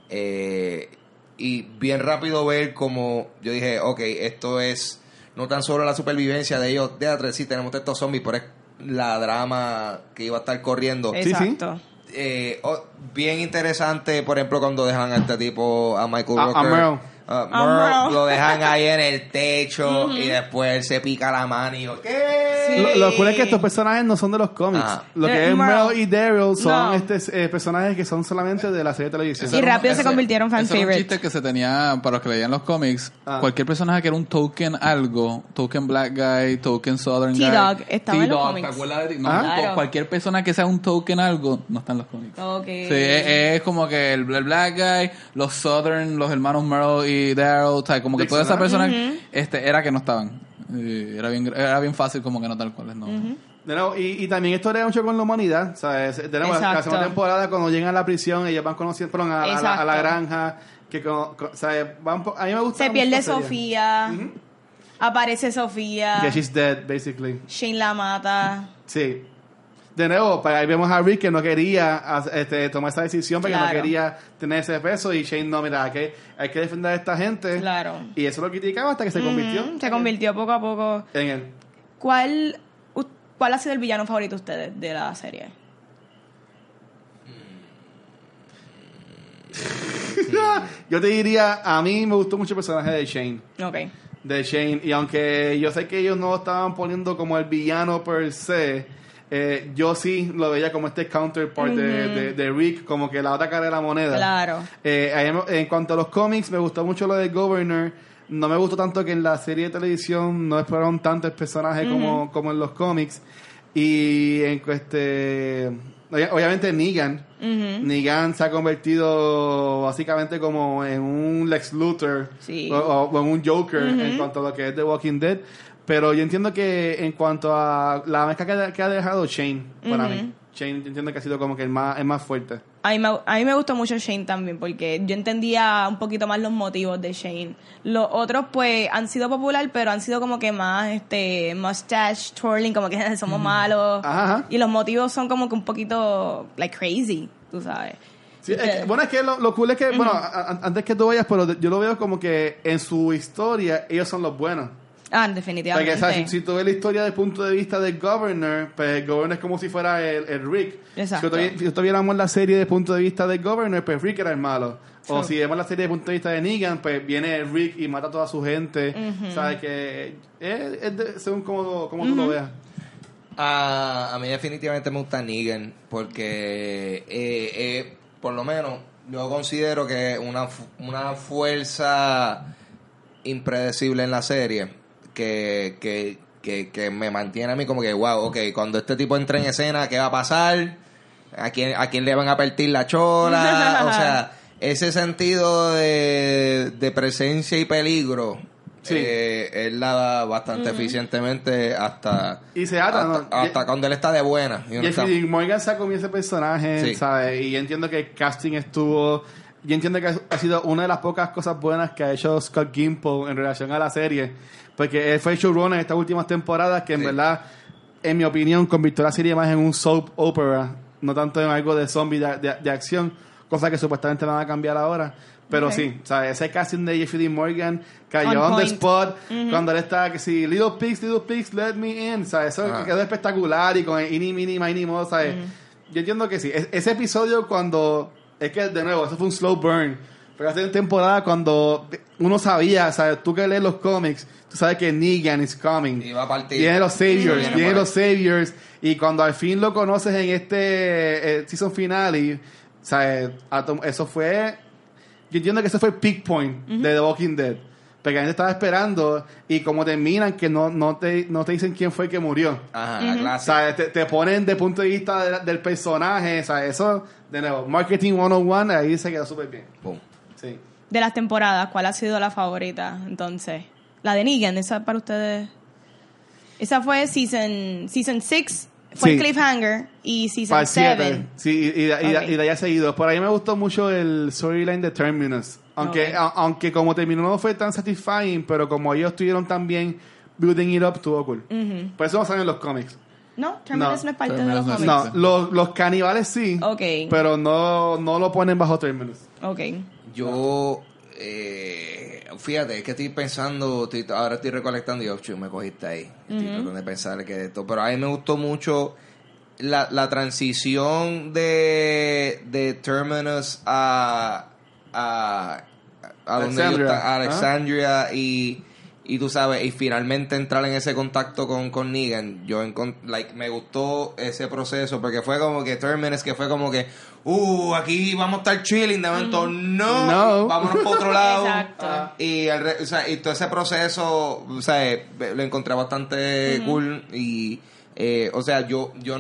y bien rápido ver como yo dije, ok, esto es no tan solo la supervivencia de ellos, de sí tenemos estos zombies, pero es la drama que iba a estar corriendo. Sí, sí. Exacto. bien interesante, por ejemplo, cuando dejan a este tipo, a Michael Rooker. Merle. Merle, lo dejan ahí en el techo y después él se pica la mano y yo, ¿qué? Sí. Lo cool es que estos personajes no son de los cómics. Lo que es Merle y Daryl son personajes que son solamente de la serie de televisión. Y rápido se convirtieron fan Ese era un favorite. chiste que se tenía para los que leían los cómics. Cualquier personaje que era un token algo, token black guy, token southern guy. T-Dog estaba en los T-Dog, cómics. ¿te acuerdas de ti? No, Claro. cualquier persona que sea un token algo no está en los cómics. Okay. Sí, es como que el black guy, los southern, los hermanos Merle y Daryl, o sea, como que todas esas personas era que no estaban. Era bien fácil como que no tal cual, no. De nuevo, y también esto le mucho con la humanidad, ¿sabes? De nuevo, la segunda temporada, cuando llegan a la prisión, ellos van conociendo, perdón, a la granja, que ¿sabes? A mí me gusta. Se pierde Sofía, aparece Sofía, Que she's dead, basically. Shane la mata. Sí. De nuevo, ahí vemos a Rick que no quería tomar esa decisión porque no quería tener ese peso, y Shane no, mira, hay que defender a esta gente. Claro. Y eso lo criticaba hasta que se convirtió. Se convirtió poco a poco. En él. ¿Cuál ha sido el villano favorito de ustedes de la serie? Yo te diría, a mí me gustó mucho el personaje de Shane. Ok. De Shane, y aunque yo sé que ellos no lo estaban poniendo como el villano per se, yo sí lo veía como este counterpart de Rick, como que la otra cara de la moneda. Claro. En cuanto a los cómics, me gustó mucho lo de Governor. No me gustó tanto que en la serie de televisión no exploraron tanto el personaje como en los cómics. Y obviamente Negan. Negan se ha convertido básicamente como en un Lex Luthor o en un Joker en cuanto a lo que es The Walking Dead. Pero yo entiendo que en cuanto a la mezcla que ha dejado Shane, para mí, Shane, yo entiendo que ha sido como que el más fuerte. A mí me gustó mucho Shane también, porque yo entendía un poquito más los motivos de Shane. Los otros, pues, han sido popular, pero han sido como que más, mustache twirling, como que somos malos. Ajá. Y los motivos son como que un poquito, like, crazy, tú sabes. Sí, es que lo cool es que, bueno, antes que tú vayas, pero yo lo veo como que en su historia, ellos son los buenos. Definitivamente. Porque, ¿sabes? Si tú ves la historia desde el punto de vista del Governor, pues el Governor es como si fuera el Rick. Exacto. Si tuviéramos la serie desde el punto de vista del Governor, pues Rick era el malo. True. O si vemos la serie desde el punto de vista de Negan, pues viene Rick y mata a toda su gente. ¿Sabes? Que es según como tú lo veas. A mí definitivamente me gusta Negan, porque por lo menos yo considero que una fuerza impredecible en la serie que me mantiene a mí como que wow, ok, cuando este tipo entre en escena, ¿qué va a pasar? ¿A quién le van a partir la chola? O sea, ese sentido de presencia y peligro, él la da bastante eficientemente hasta cuando él está de buena. Y Morgan se ha comido ese personaje, ¿sabes? Y yo entiendo que el casting estuvo... Yo entiendo que ha sido una de las pocas cosas buenas que ha hecho Scott Gimple en relación a la serie, porque él fue showrunner en estas últimas temporadas que en verdad, en mi opinión, convirtió la serie más en un soap opera, no tanto en algo de zombie de acción, cosa que supuestamente van a cambiar ahora. Pero sí, o sea, ese casting de Jeffrey Dean Morgan cayó on the spot cuando él estaba que si Little Pigs, let me in, ¿sabes? Eso quedó espectacular, y con el mini mo, ¿sabes? Yo entiendo que sí. Ese episodio cuando... Es que, de nuevo, eso fue un slow burn. Pero hace temporada cuando uno sabía, ¿sabes? Tú que lees los cómics, tú sabes que Negan is coming. Y va a partir. Vienen los Saviors. Y cuando al fin lo conoces en este season finale, ¿sabes? Eso fue... Yo entiendo que ese fue el peak point de The Walking Dead. Porque la gente estaba esperando, y como terminan que no te dicen quién fue el que murió. Ajá, la clase. ¿Sabes? Te ponen de punto de vista del personaje, ¿sabes? Eso, de nuevo, Marketing 101, ahí se quedó súper bien. Boom. Sí. De las temporadas, ¿cuál ha sido la favorita, entonces? La de Negan, esa para ustedes. Esa fue Season 6, fue el Cliffhanger, y Season 7. Sí, y de ahí ha seguido. Por ahí me gustó mucho el storyline de Terminus. Aunque como terminó no fue tan satisfying, pero como ellos estuvieron tan bien building it up, estuvo cool. Por eso no salen en los cómics. No, Terminus no es parte de los cómics. No, los caníbales sí, pero no lo ponen bajo Terminus. Yo, fíjate, es que estoy pensando, ahora estoy recolectando y me cogiste ahí. Estoy tratando de pensar que esto, pero a mí me gustó mucho la transición de Terminus a donde ellos están, a Alexandria y tú sabes, y finalmente entrar en ese contacto con Negan, me gustó ese proceso, porque fue como que Terminus, que fue como que aquí vamos a estar chilling, de momento no. Vámonos para otro lado. Exacto. Y todo ese proceso, o sea, lo encontré bastante cool. Y yo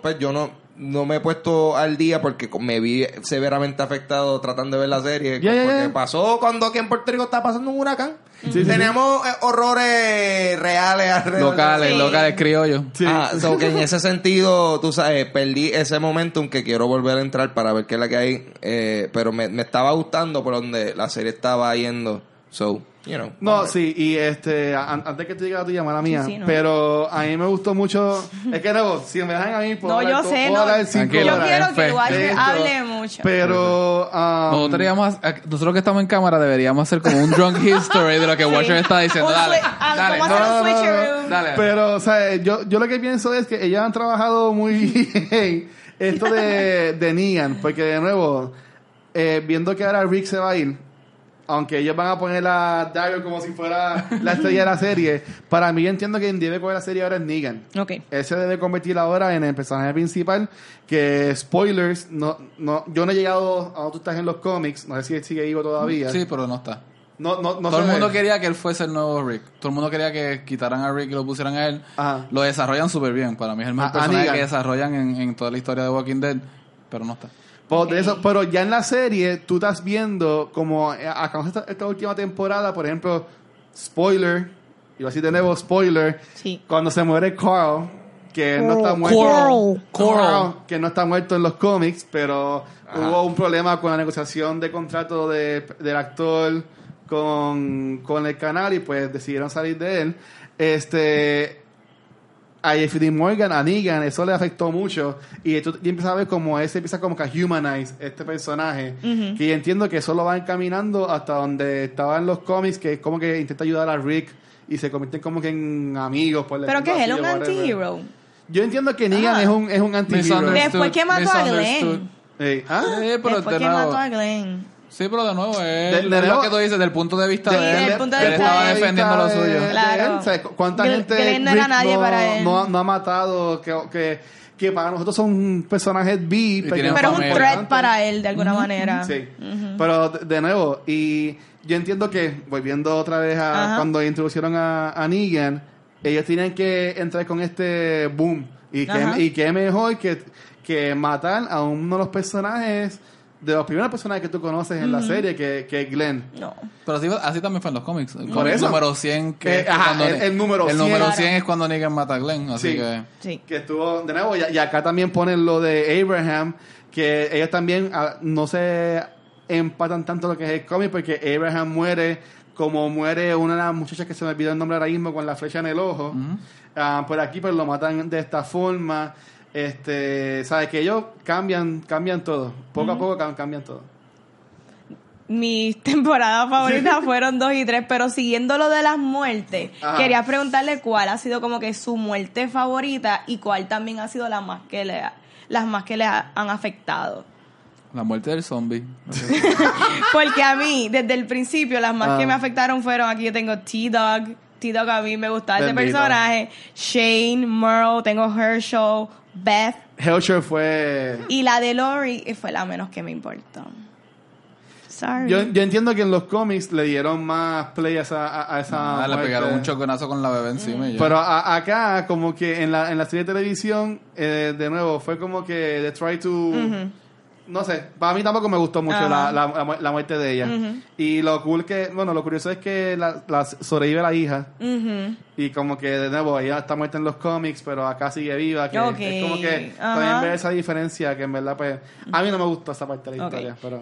no me he puesto al día porque me vi severamente afectado tratando de ver la serie. Porque pasó cuando aquí en Puerto Rico estaba pasando un huracán. Teníamos horrores reales alrededor. Locales criollos. Sí. Que en ese sentido, tú sabes, perdí ese momentum que quiero volver a entrar para ver qué es la que hay. Pero me estaba gustando por donde la serie estaba yendo. No, sí, y antes que te diga la tuya, mala mía, Sí, no. pero a mí me gustó mucho. Es que no, si me dejan a mí, puedo No, yo hablar, sé, puedo hablar 5 Tranquilo. Yo horas. quiero que el Esto. Watcher hable mucho. Pero Nosotros que estamos en cámara deberíamos hacer como un drunk history de lo que Watcher está diciendo. Dale. ¿Cómo hacer un switcheroo? Dale. Pero, o sea, yo lo que pienso es que ellas han trabajado muy bien esto de Negan, porque de nuevo, viendo que ahora Rick se va a ir, aunque ellos van a poner a Daryl como si fuera la estrella de la serie, para mí yo entiendo que quien debe coger la serie ahora es Negan. Ok. Él se debe convertir ahora en el personaje principal, que spoilers, yo no he llegado a donde tú estás en los cómics, no sé si él sigue vivo todavía. Sí, pero no está. No Todo el mundo quería que él fuese el nuevo Rick. Todo el mundo quería que quitaran a Rick y lo pusieran a él. Ajá. Lo desarrollan súper bien. Para mí es el mejor personaje Negan. que desarrollan en toda la historia de Walking Dead, pero no está. De eso, pero ya en la serie tú estás viendo como acabamos esta última temporada, por ejemplo, spoiler, y así de nuevo spoiler, Sí. cuando se muere Carl, que no está muerto, Coral. que no está muerto en los cómics, pero hubo un problema con la negociación de contrato del actor con el canal y pues decidieron salir de él. A Jeffrey Dean Morgan, a Negan, eso le afectó mucho. Y tú empiezas a ver como ese empieza como que a humanize este personaje. Que yo entiendo que eso lo van encaminando hasta donde estaba en los cómics, que es como que intenta ayudar a Rick y se convierten como que en amigos. Por Pero que decirlo es él así, un o whatever. anti-hero. Yo entiendo que Negan es un anti-hero. Después que mató a Misunderstood. Glenn. Sí, pero Después de que nuevo. mató a Glenn. Sí, pero de nuevo, De es nuevo- lo que tú dices, desde el punto de vista Sí, de él. desde el punto de Él vista estaba de él. defendiendo lo suyo. Claro. O sea, ¿cuánta gente Glenn no era Rick nadie para él. no ha matado? Que para nosotros son personajes B, tienen Pero es un familia. threat para él, de alguna manera. Sí, pero de nuevo, y yo entiendo que, volviendo otra vez a Ajá. cuando introducieron a Negan, ellos tienen que entrar con este boom. Ajá. Y qué mejor que matar a uno de los personajes, de los primeros personajes que tú conoces en la serie, que es Glenn. No. Pero así también fue en los cómics. Por el eso. número 100, que es Ajá, cuando el número 100. número Claro. 100 es cuando Negan mata a Glenn. Así Sí. que... Sí. Que estuvo, de nuevo, y acá también ponen lo de Abraham, que ellos también no se empatan tanto lo que es el cómic, porque Abraham muere como muere una de las muchachas que se me olvidó el nombre ahora mismo con la flecha en el ojo. Por aquí pues lo matan de esta forma. Sabes que ellos cambian todo. Poco a poco cambian todo. Mis temporadas favoritas fueron 2 y 3, pero siguiendo lo de las muertes, Ajá. quería preguntarle cuál ha sido como que su muerte favorita y cuál también ha sido las más que le han afectado. La muerte del zombie. Porque a mí, desde el principio, las más que me afectaron fueron, aquí yo tengo T-Dog. T-Dog a mí me gustaba ese Bendito. personaje. Shane, Merle, tengo Herschel, Beth. Herschel fue... Y la de Lori fue la menos que me importó. Sorry. Yo entiendo que en los cómics le dieron más play a esa Le muerte. pegaron un choconazo con la bebé encima y ya. Pero acá, como que en la serie de televisión, de nuevo, fue como que they try to... No sé, para mí tampoco me gustó mucho Ajá. la muerte de ella. Y lo lo curioso es que sobrevive la hija. Y como que, de nuevo, ella está muerta en los cómics, pero acá sigue viva. Que Ok. es como que Ajá. también ver esa diferencia, que en verdad, pues, a mí no me gustó esa parte de la Ok. historia, pero...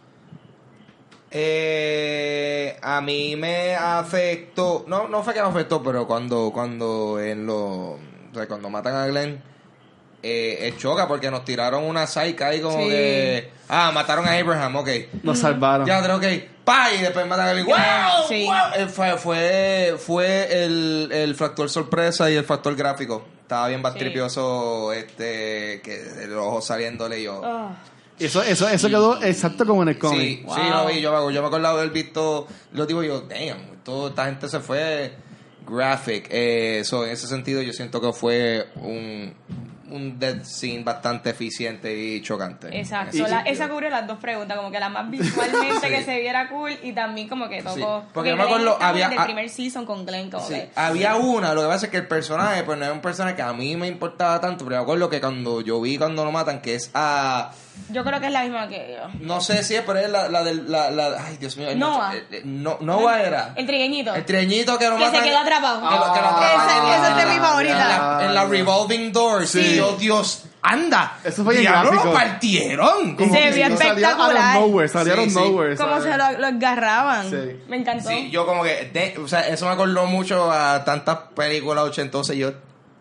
A mí me afectó, no fue que me afectó, pero cuando matan a Glenn, choca porque nos tiraron una psyche ahí como que mataron a Abraham, ok, nos salvaron, ya ok, y después matan a Billy. ¡Wow! Fue el factor sorpresa y el factor gráfico. Estaba bien bastripioso, que el ojo saliéndole y yo. Eso quedó exacto como en el cómic. Sí, sí, lo vi. Yo me acordaba de haber visto. Lo digo yo, damn, toda esta gente se fue graphic. En ese sentido, yo siento que fue un death scene bastante eficiente y chocante. Exacto. Esa cubrió las dos preguntas, como que la más visualmente que se viera cool y también como que tocó. Sí. Porque yo me acuerdo, había del primer season con Glenn, como que, había una, lo que pasa es que el personaje, pues no era un personaje que a mí me importaba tanto, pero me acuerdo que cuando lo matan, que es a... Yo creo que es la misma que yo. No sé si es, pero es la del... ay, Dios mío. Noah. Noah era. El trigueñito. El trigueñito que lo que matan. se quedó atrapado. Esa es de mi favorita. En la revolving door. Sí. Dios, anda. Eso fue en diablo, gráfico. lo partieron. Se vio espectacular. Salieron nowhere. Como se lo agarraban. Sí. Me encantó. Sí, yo como que... o sea, eso me acordó mucho a tantas películas ochentosas. Yo...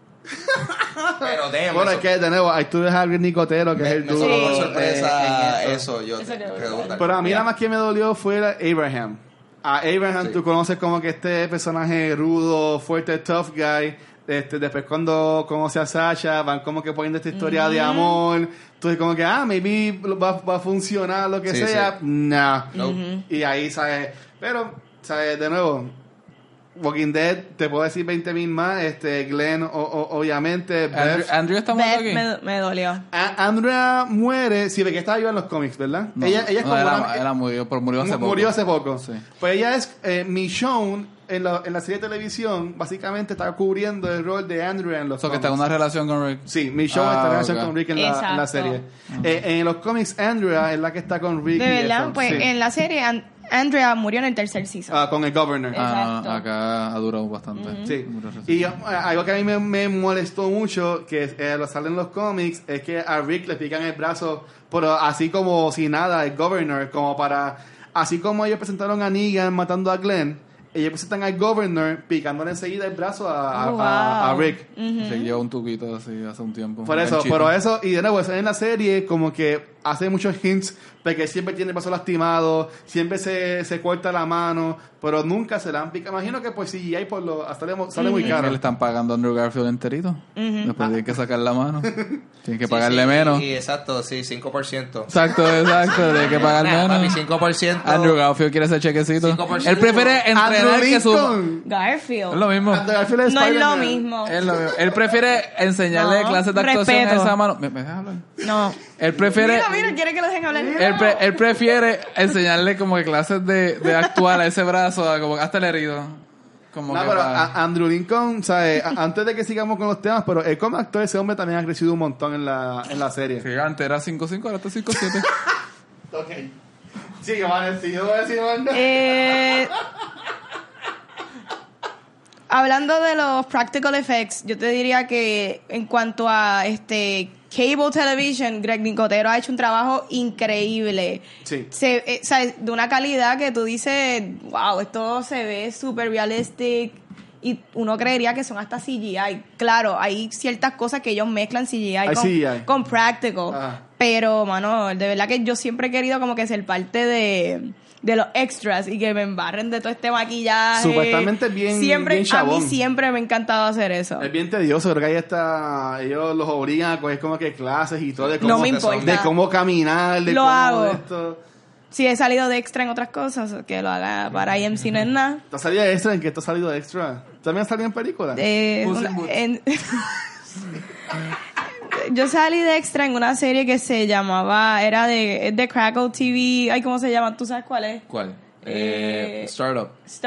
Pero bueno, es que de nuevo, ahí tú ves a alguien nicotero que es el duro. Por sorpresa, eso yo pero a mí la más que me dolió fue Abraham. A Abraham tú conoces como que este personaje rudo, fuerte, tough guy. Después cuando conoce a Sasha, van como que poniendo esta historia de amor. Entonces como que, maybe va a funcionar, lo que sea. Sí. Nah. Y ahí, ¿sabes? Pero, ¿sabes? De nuevo, Walking Dead, te puedo decir 20,000 más. Glenn, obviamente. Andrew está muerto aquí. Me dolió. Andrea muere. Sí, porque estaba viva en los cómics, ¿verdad? No, ella es como ella murió hace poco. Sí. Sí. Pues ella es Michonne en la serie de televisión. Básicamente está cubriendo el rol de Andrea en los cómics. Que está en una relación con Rick. Sí, Michonne está en relación con Rick en la serie. En los cómics, Andrea es la que está con Rick. De verdad, pues en la serie Andrea murió en el tercer season. Con el Governor. Acá ha durado bastante. Sí. Y algo que a mí me molestó mucho, que lo sale en los cómics, es que a Rick le pican el brazo, pero así como si nada, el Governor, como para... Así como ellos presentaron a Negan matando a Glenn, ellos presentan al Governor picándole enseguida el brazo a Rick. Se lleva un tuquito así hace un tiempo. Por eso, pero eso, y de nuevo, eso en la serie como que hace muchos hints, porque siempre tiene el brazo lastimado, siempre se corta la mano, pero nunca se la han picado. Imagino que pues CGI sale muy caro. Le están pagando a Andrew Garfield enterito. Después tienen que sacar la mano. Tienen que pagarle menos. Sí, exacto, 5%. Exacto, tienen que pagar menos. 5%. Andrew Garfield quiere ese chequecito. 5%. Él prefiere entrenar que su... Garfield. Es lo mismo. No es lo mismo. Él prefiere enseñarle clases de actuación a esa mano. ¿Me dejas hablar? No. Él prefiere... Mira, quiere que lo dejen hablar. Él prefiere enseñarle como que clases de actuar a ese brazo, como hasta el herido. Como no, pero Andrew Lincoln, ¿sabes? Antes de que sigamos con los temas, pero él como actor, ese hombre también ha crecido un montón en la serie. Sí, antes era 5'5", ahora está 5'7". Ok. Sí, yo voy a decir, Hablando de los practical effects, yo te diría que en cuanto a cable television, Greg Nicotero ha hecho un trabajo increíble. Sí. De una calidad que tú dices, wow, esto se ve súper realistic y uno creería que son hasta CGI. Claro, hay ciertas cosas que ellos mezclan CGI con practical. Ajá. Pero, mano, de verdad que yo siempre he querido como que ser parte de los extras y que me embarren de todo este maquillaje. Supuestamente bien chabón. A mí siempre me ha encantado hacer eso. Es bien tedioso, creo que ahí ellos los obligan a coger como que clases y todo de cómo, no me importa. De cómo caminar, de lo cómo hago. esto. Si he salido de extra en otras cosas, que lo haga para IMC no es nada. ¿Tú has salido de extra? ¿En qué tú has salido de extra? ¿También has salido en películas? Yo salí de extra en una serie que se llamaba, es de Crackle TV. Ay, ¿cómo se llama? ¿Tú sabes cuál es? ¿Cuál? Startup.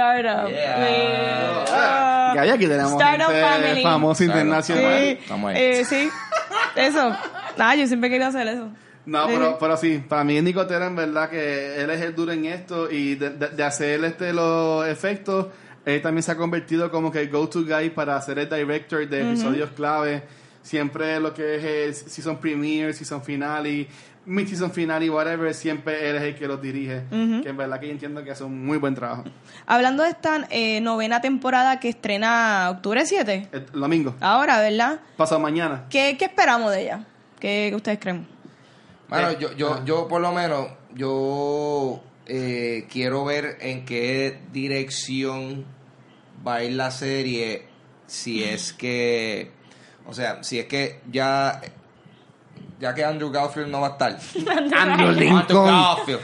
Yeah. Que aquí tenemos Startup Family. Famoso internacional. Sí. Eso. Yo siempre quería hacer eso. No, pero sí, para mí Nicotero en verdad que él es el duro en esto y de hacer los efectos, él también se ha convertido como que el go-to guy para ser el director de episodios clave. Siempre lo que es el season premiere, season finale, mid-season final y whatever, siempre él es el que los dirige. Que en verdad que yo entiendo que hace un muy buen trabajo. Hablando de esta 9ª temporada que estrena octubre 7. El domingo. Ahora, ¿verdad? Pasado mañana. ¿Qué esperamos de ella? ¿Qué ustedes creen? Bueno, yo por lo menos, yo quiero ver en qué dirección va a ir la serie, si es que, o sea, si es que ya que Andrew Garfield no va a estar. Andrew Lincoln. Andrew Garfield.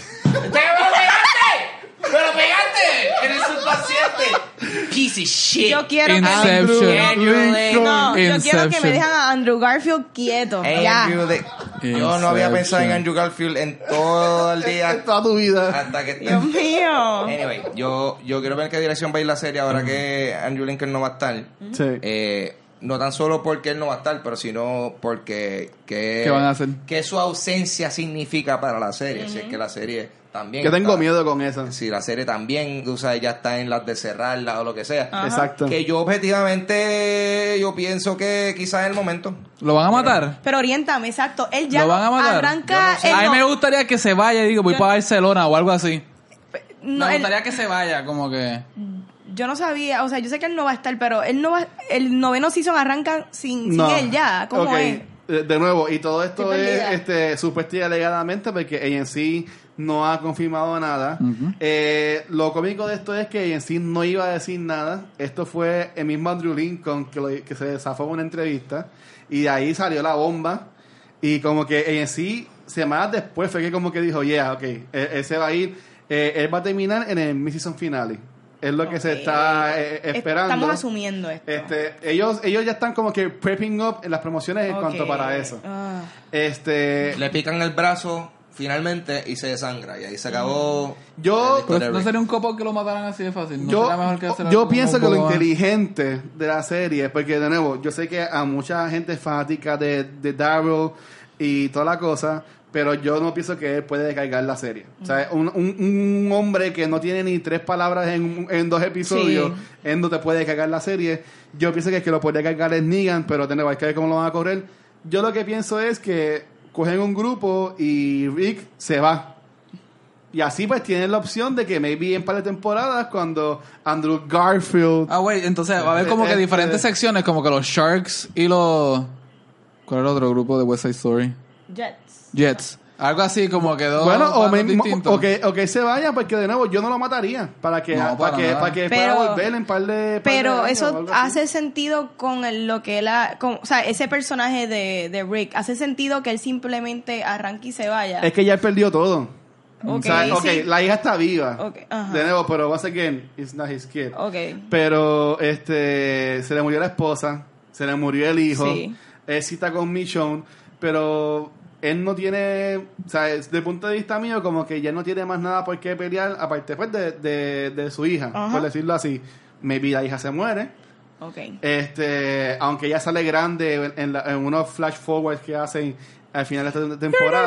¡Me lo pegaste! ¡Eres un paciente! Piece of shit. Yo quiero Inception. No, yo quiero que Inception. me dejen a Andrew Garfield quieto. Ya. Yo no había pensado en Andrew Garfield en todo el día. En toda tu vida. Hasta que Dios mío. Anyway, yo quiero ver en qué dirección va a ir la serie ahora que Andrew Lincoln no va a estar. Sí. No tan solo porque él no va a estar, pero sino porque ¿Qué van a hacer? qué su ausencia significa para la serie. Si es que la serie también Yo tengo está- miedo con eso. si la serie también, tú sabes, ya está en las de cerrarla o lo que sea. Ajá. Exacto. Que yo objetivamente, yo pienso que quizás es el momento. ¿Lo van a matar? Pero oriéntame, exacto. Él ya ¿Lo van a matar? arranca... Yo no sé. él A mí no- me gustaría que se vaya, digo, voy Yo- para Barcelona o algo así. no, Me él- gustaría que se vaya, como que... yo no sabía, o sea, yo sé que él no va a estar, pero él no va, el 9º season arranca sin él ya, ¿cómo Ok. es? De nuevo, y todo esto Estoy es perdida. supuesto y alegadamente porque AMC no ha confirmado nada. Lo cómico de esto es que AMC no iba a decir nada. Esto fue el mismo Andrew Lincoln que se zafó en una entrevista y de ahí salió la bomba y como que AMC semanas después fue que como que dijo, yeah, ok, él se va a ir, él va a terminar en el mid-season finale. Es lo que se Ok. está esperando. Estamos asumiendo esto. Ellos ya están como que prepping up en las promociones en Ok. cuanto para eso. Ah. Le pican el brazo finalmente y se desangra. Y ahí se acabó. Yo- Pero no sería un copo que lo mataran así de fácil. ¿No Yo, sería mejor que hacer yo algo pienso que como lo un poco más? inteligente de la serie, porque de nuevo, yo sé que a mucha gente es fanática de Daryl y toda la cosa, pero yo no pienso que él puede descargar la serie. O sea, un hombre que no tiene ni 3 palabras en 2 episodios, Sí. él no te puede descargar la serie. Yo pienso que el que lo podría cargar es Negan, pero de nuevo, hay que ver cómo lo van a correr. Yo lo que pienso es que cogen un grupo y Rick se va. Y así pues tienen la opción de que maybe en par de temporadas cuando Andrew Garfield... Ah, güey, entonces va a haber como que diferentes secciones, como que los Sharks y los... ¿Cuál era el otro grupo de West Side Story? Jets. Algo así como que dos bueno, bandos distintos. o que se vaya, porque de nuevo yo no lo mataría para que No, para nada. para que Pero- pueda volver en par de Pero años o eso algo así. hace sentido con lo que él o sea, ese personaje de Rick, hace sentido que él simplemente arranque y se vaya. Es que ya él perdió todo. Ok, O sea, sí. la hija está viva. Ok, ajá. De nuevo, pero once again, it's not his kid. Ok. Pero se le murió la esposa, se le murió el hijo. Sí. Él sí está con Michonne, pero él no tiene, o sea, desde el punto de vista mío, como que ya no tiene más nada por qué pelear, aparte pues de su hija, Ajá. por decirlo así. Maybe la hija se muere. Ok. Aunque ella sale grande en unos flash forwards que hacen al final de esta temporada.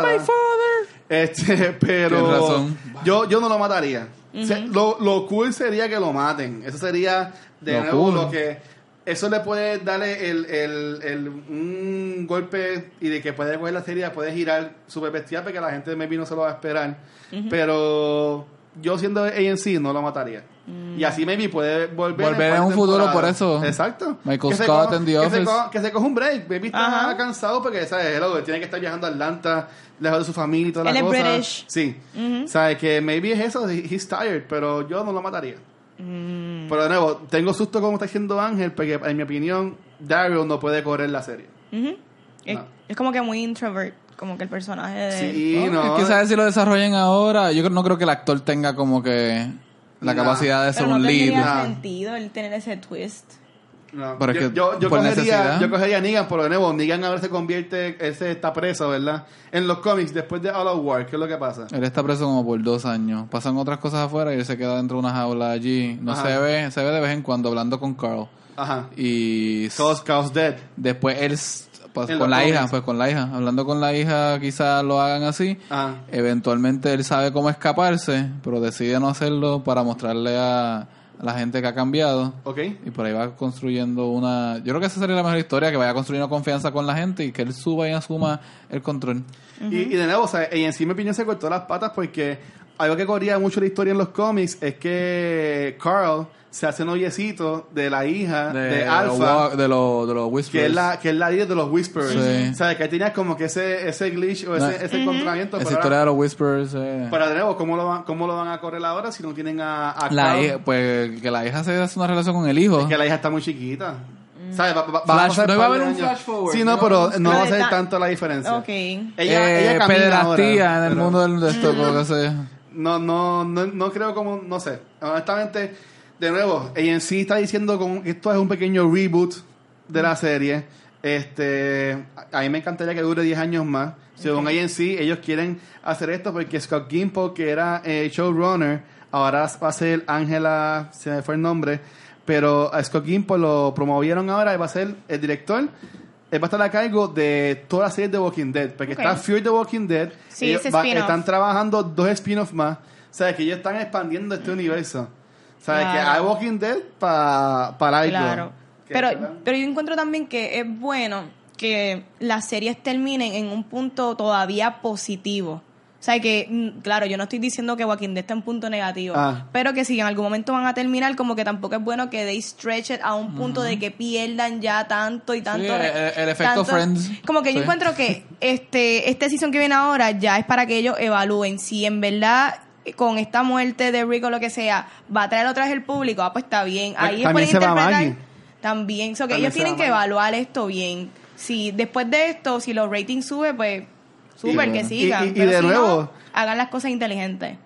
Tienes Pero razón. yo no lo mataría. Lo cool sería que lo maten. Eso sería de Lo nuevo cool. lo que eso le puede darle un golpe y de que puede coger la serie, puede girar super bestial porque la gente maybe no se lo va a esperar. Pero yo siendo ANC no lo mataría. Y así maybe puede volver Volver par en de un futuro temporadas. por eso. Exacto. Michael Que se Scott coja- en The que se Office. que se coja un break. Baby está Ajá. cansado porque, ¿sabes? Hello, tiene que estar viajando a Atlanta, lejos de su familia y toda Él la es cosa. British. Sí. ¿Sabes? Que maybe es eso, he's tired, pero yo no lo mataría. Pero de nuevo, tengo susto como está diciendo Ángel, porque en mi opinión, Daryl no puede correr la serie. Ujú. Es, No. es como que muy introvert, como que el personaje de... Sí, No, no. es que saber si lo desarrollen ahora. Yo no creo que el actor tenga como que la No. capacidad de ser Pero no un lead. tendría Nah. sentido el tener ese twist. No. Pero es que yo por cogería, necesidad. yo cogería a Negan, pero de nuevo, Negan a ver se convierte, ese está preso, ¿verdad? En los cómics, después de All Out War, ¿qué es lo que pasa? Él está preso como por 2 años. Pasan otras cosas afuera y él se queda dentro de una jaula allí. No Ajá. se ve de vez en cuando hablando con Carl. Ajá. Y Chaos Dead. después él pues, En con los la hija, cómics. pues con la hija, hablando con la hija quizás lo hagan así. Ajá. Eventualmente él sabe cómo escaparse, pero decide no hacerlo para mostrarle a la gente que ha cambiado. ¿Ok? Y por ahí va construyendo una... Yo creo que esa sería la mejor historia, que vaya construyendo confianza con la gente y que él suba y asuma el control. Y de nuevo, o sea, y en sí mi opinión se cortó las patas porque algo que corría mucho la historia en los cómics es que Carl se hace noviecito de la hija de Alpha, de los Whisperers, que es la líder de los Whisperers. Sí. O sea, que tenía como que ese glitch o ese encontramiento. Esa historia de los Whisperers. Pero de nuevo, ¿cómo lo van a correr ahora si no tienen a la Carl? hija, pues que la hija se hace una relación con el hijo. Es que la hija está muy chiquita. ¿Sabes? No iba a haber un flash forward. Sí, no, pero no va a ser tanto la diferencia. Ok. Ella camina pederastía ahora, en el mundo de esto, como que sea. No creo como, no sé. Honestamente, de nuevo, AMC está diciendo que esto es un pequeño reboot de la serie. A mí me encantaría que dure 10 años más. Según AMC, ellos quieren hacer esto porque Scott Gimple, que era showrunner, ahora va a ser Angela, se me fue el nombre, pero a Scott Gimple lo promovieron ahora y va a ser el director. Él va a estar a cargo de toda la serie de Walking Dead, porque está Fear the Walking Dead. Sí, ese spin-off. Están trabajando 2 spin-offs más. O sea, que ellos están expandiendo este universo. O sea, que hay Walking Dead para algo. Claro. Pero yo encuentro también que es bueno que las series terminen en un punto todavía positivo. O sea, que, claro, yo no estoy diciendo que Walking Dead está en punto negativo, pero que si en algún momento van a terminar, como que tampoco es bueno que they stretch it a un punto de que pierdan ya tanto y tanto. Sí, el efecto tanto, Friends. Como que yo encuentro que este season que viene ahora ya es para que ellos evalúen si en verdad con esta muerte de Rick o lo que sea va a traer otra vez el público. Pues está bien. Ahí pueden interpretar. También. So que ellos tienen que evaluar esto bien. Si después de esto, si los ratings suben, pues súper que sigan. Y pero de si nuevo, no, hagan las cosas inteligentes.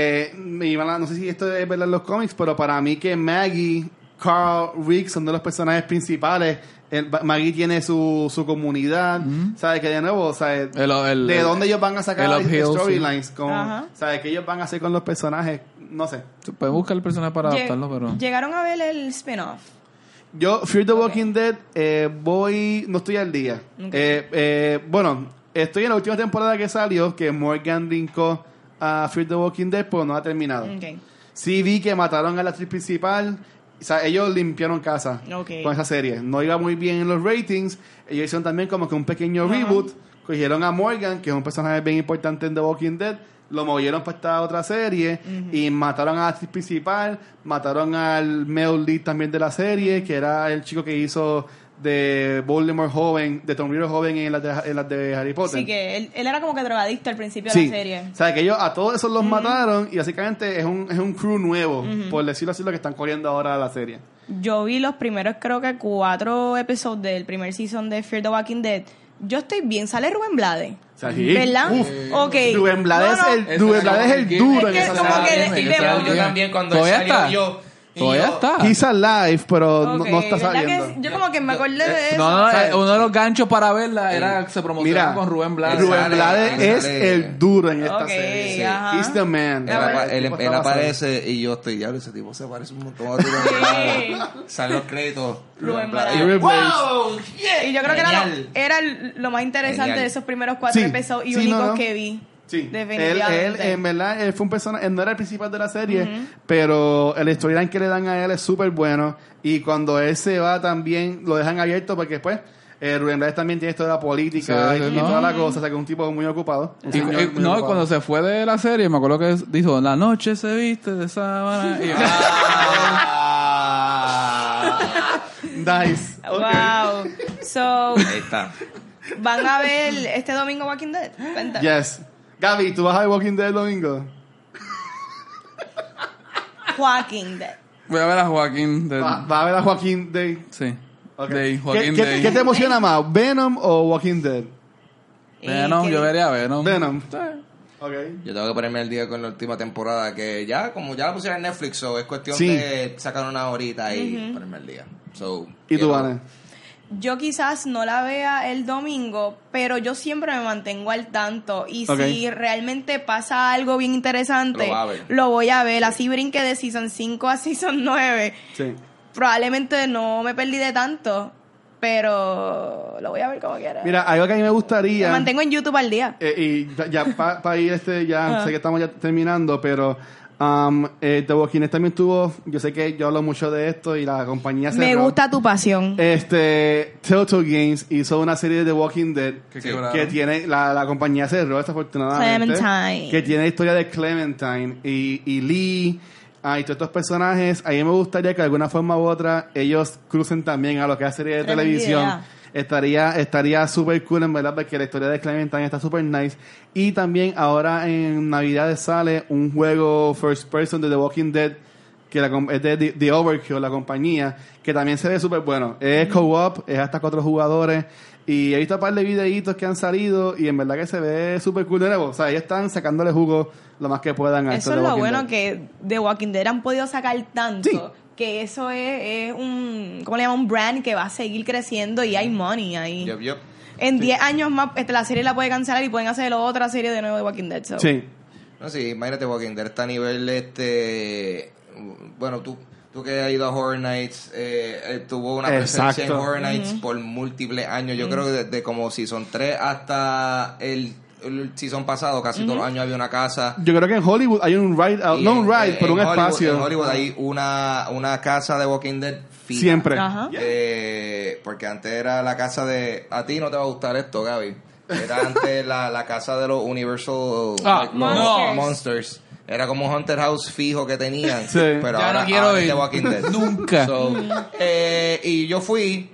No sé si esto es verdad en los cómics, pero para mí que Maggie, Carl, Rick son de los personajes principales. Maggie tiene su comunidad. ¿Sabes? Que de nuevo, ¿sabes? ¿De dónde ellos van a sacar las storylines? ¿Sabes? ¿Qué ellos van a hacer con los personajes? No sé. Pueden buscar el personaje para adaptarlo, pero... ¿Llegaron a ver el spin-off? Yo, Fear the Walking Dead, no estoy al día. Bueno, estoy en la última temporada que salió, que Morgan brincó a Fear the Walking Dead, pero no ha terminado. Sí vi que mataron a la actriz principal. O sea, ellos limpiaron casa con esa serie. No iba muy bien en los ratings. Ellos hicieron también como que un pequeño reboot. Cogieron a Morgan, que es un personaje bien importante en The Walking Dead. Lo movieron para esta otra serie y mataron a la actriz principal. Mataron al male lead también de la serie, que era el chico que hizo de Voldemort joven, de Tom Riddle joven en las de Harry Potter. Sí, que él era como que drogadicto al principio de la serie. O sea, que ellos a todos esos los mataron y básicamente es un crew nuevo, por decirlo así, lo que están corriendo ahora a la serie. Yo vi los primeros, creo que 4 episodios del primer season de Fear the Walking Dead. Yo estoy bien. Sale Rubén Blades. ¿Verdad? Okay. Rubén Blades es el duro en esa serie. Yo también cuando salió Todavía está. He's alive, pero no está saliendo. Yo como que me acordé de eso. Uno de los ganchos para verla era que se promocionaba con Rubén Blades. Rubén Blades es el duro en esta serie. He's the man. Él aparece y yo estoy diablo. Ese tipo se parece un montón a Rubén Blades. Salen los créditos. Rubén Blades. Y yo creo que era lo más interesante de esos primeros 4 episodios y únicos que vi. Sí, definitivamente. Él en verdad, él fue un personaje, él no era el principal de la serie, pero el storyline que le dan a él es súper bueno, y cuando él se va también lo dejan abierto porque después Rubén Blades también tiene esto de la política y toda la cosa, o sea que es un tipo muy ocupado. Cuando se fue de la serie, me acuerdo que dijo, la noche se viste de sábana. Nice. Wow. So, ahí está. ¿Van a ver este domingo Walking Dead? Cuéntame. Yes. Gaby, ¿tú vas a ver Walking Dead el domingo? Walking Dead. Voy a ver a Joaquín. ¿Va a ver a Joaquín Day? Sí. Okay. Joaquín Day. ¿Qué te emociona más? ¿Venom o Walking Dead? Venom, yo vería Venom. Venom. Sí. Okay. Yo tengo que ponerme al día con la última temporada, que ya, como ya la pusieron en Netflix, so es cuestión de sacar una horita y ponerme al día. ¿Y tú, Vanessa? Yo quizás no la vea el domingo, pero yo siempre me mantengo al tanto. Y si realmente pasa algo bien interesante, lo voy a ver. Así brinque de Season 5 a Season 9. Sí. Probablemente no me perdí de tanto, pero lo voy a ver como quiera. Mira, algo que a mí me gustaría... Me mantengo en YouTube al día. Y ya para ir, ya sé que estamos ya terminando, pero The Walking Dead también tuvo, yo sé que yo hablo mucho de esto y la compañía Me cerró. gusta tu pasión. Telltale Games hizo una serie de The Walking Dead que tiene, la compañía cerró desafortunadamente, Clementine. que tiene la historia de Clementine y Lee y todos estos personajes. A mí me gustaría que de alguna forma u otra ellos crucen también a lo que es serie de televisión. Estaría súper cool, en verdad, porque la historia de Clementine está súper nice. Y también ahora en Navidades sale un juego first person de The Walking Dead, que es de The Overkill, la compañía, que también se ve súper bueno. Es co-op, es hasta 4 jugadores. Y he visto un par de videitos que han salido y en verdad que se ve súper cool de nuevo. O sea, ellos están sacándole jugo lo más que puedan a esto Eso de es lo Walking bueno, Dead. que The Walking Dead han podido sacar tanto. Sí. Que eso es un, ¿cómo le llaman? Un brand que va a seguir creciendo y hay money ahí. Yup. En 10 años más, la serie la puede cancelar y pueden hacer otra serie de nuevo de Walking Dead. So. Sí. No, sí, imagínate Walking Dead está a nivel bueno, tú que has ido a Horror Nights, tuvo una presencia en Horror Nights por múltiples años. Yo creo que desde como Season 3 hasta el season pasado, casi todos los años había una casa. Yo creo que en Hollywood hay un ride, no un ride, pero un espacio. En Hollywood hay una casa de Walking Dead fija. Siempre. Ajá. Porque antes era la casa de... A ti no te va a gustar esto, Gaby. Era antes la casa de los Universal Monsters. Era como un Haunted House fijo que tenían. Sí. Pero Ya ahora no quiero ir. The Walking Dead. Nunca. So, y yo fui.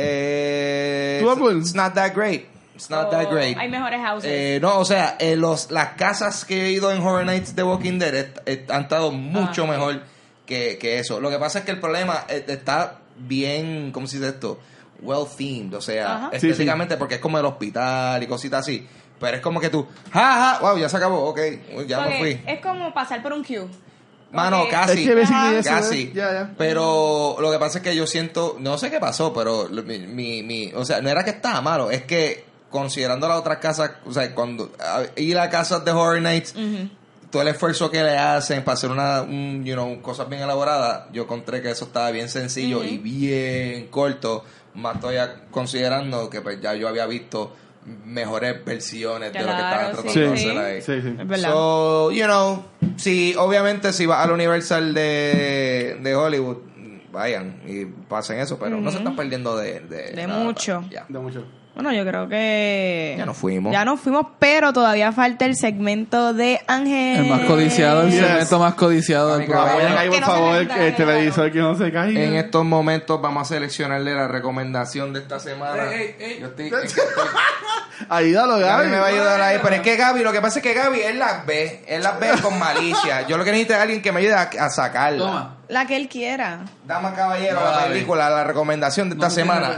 It's not that great. It's not that great. Hay mejores houses. No, o sea, las casas que he ido en Horror Nights de Walking Dead han estado mucho mejor que eso. Lo que pasa es que el problema está bien, ¿cómo se dice esto? Well themed, o sea, estéticamente, porque es como el hospital y cositas así. Pero es como que tú, wow, ya se acabó, ok, ya me fui. Es como pasar por un queue. Mano, casi. Es que basically eso casi. es, ya. Pero lo que pasa es que yo siento, no sé qué pasó, pero o sea, no era que estaba malo, es que considerando las otras casas, o sea, cuando ir a casas de Horror Nights, todo el esfuerzo que le hacen para hacer cosas bien elaboradas, yo encontré que eso estaba bien sencillo y bien corto, más todavía considerando que pues ya yo había visto mejores versiones de lo que estaban tratando de hacer ahí. Sí. Es verdad. So, sí, obviamente si vas al Universal de Hollywood, vayan y pasen eso, pero no se están perdiendo de nada, mucho. Ya. De mucho. Bueno, yo creo que... Ya nos fuimos. Ya nos fuimos, pero todavía falta el segmento de Ángel. El más codiciado, el segmento más codiciado del programa. Vayan ahí, por Que no se favor, caiga, el televisor que no se caiga. En estos momentos vamos a seleccionarle la recomendación de esta semana. Yo estoy Ayúdalo, Gaby Gaby. me va a ayudar ahí, pero es que Gaby, lo que pasa es que Gaby, él las ve con malicia. Yo lo que necesito es alguien que me ayude a sacarla. Toma. La que él quiera. Dama caballero, No, la película, la recomendación de esta semana.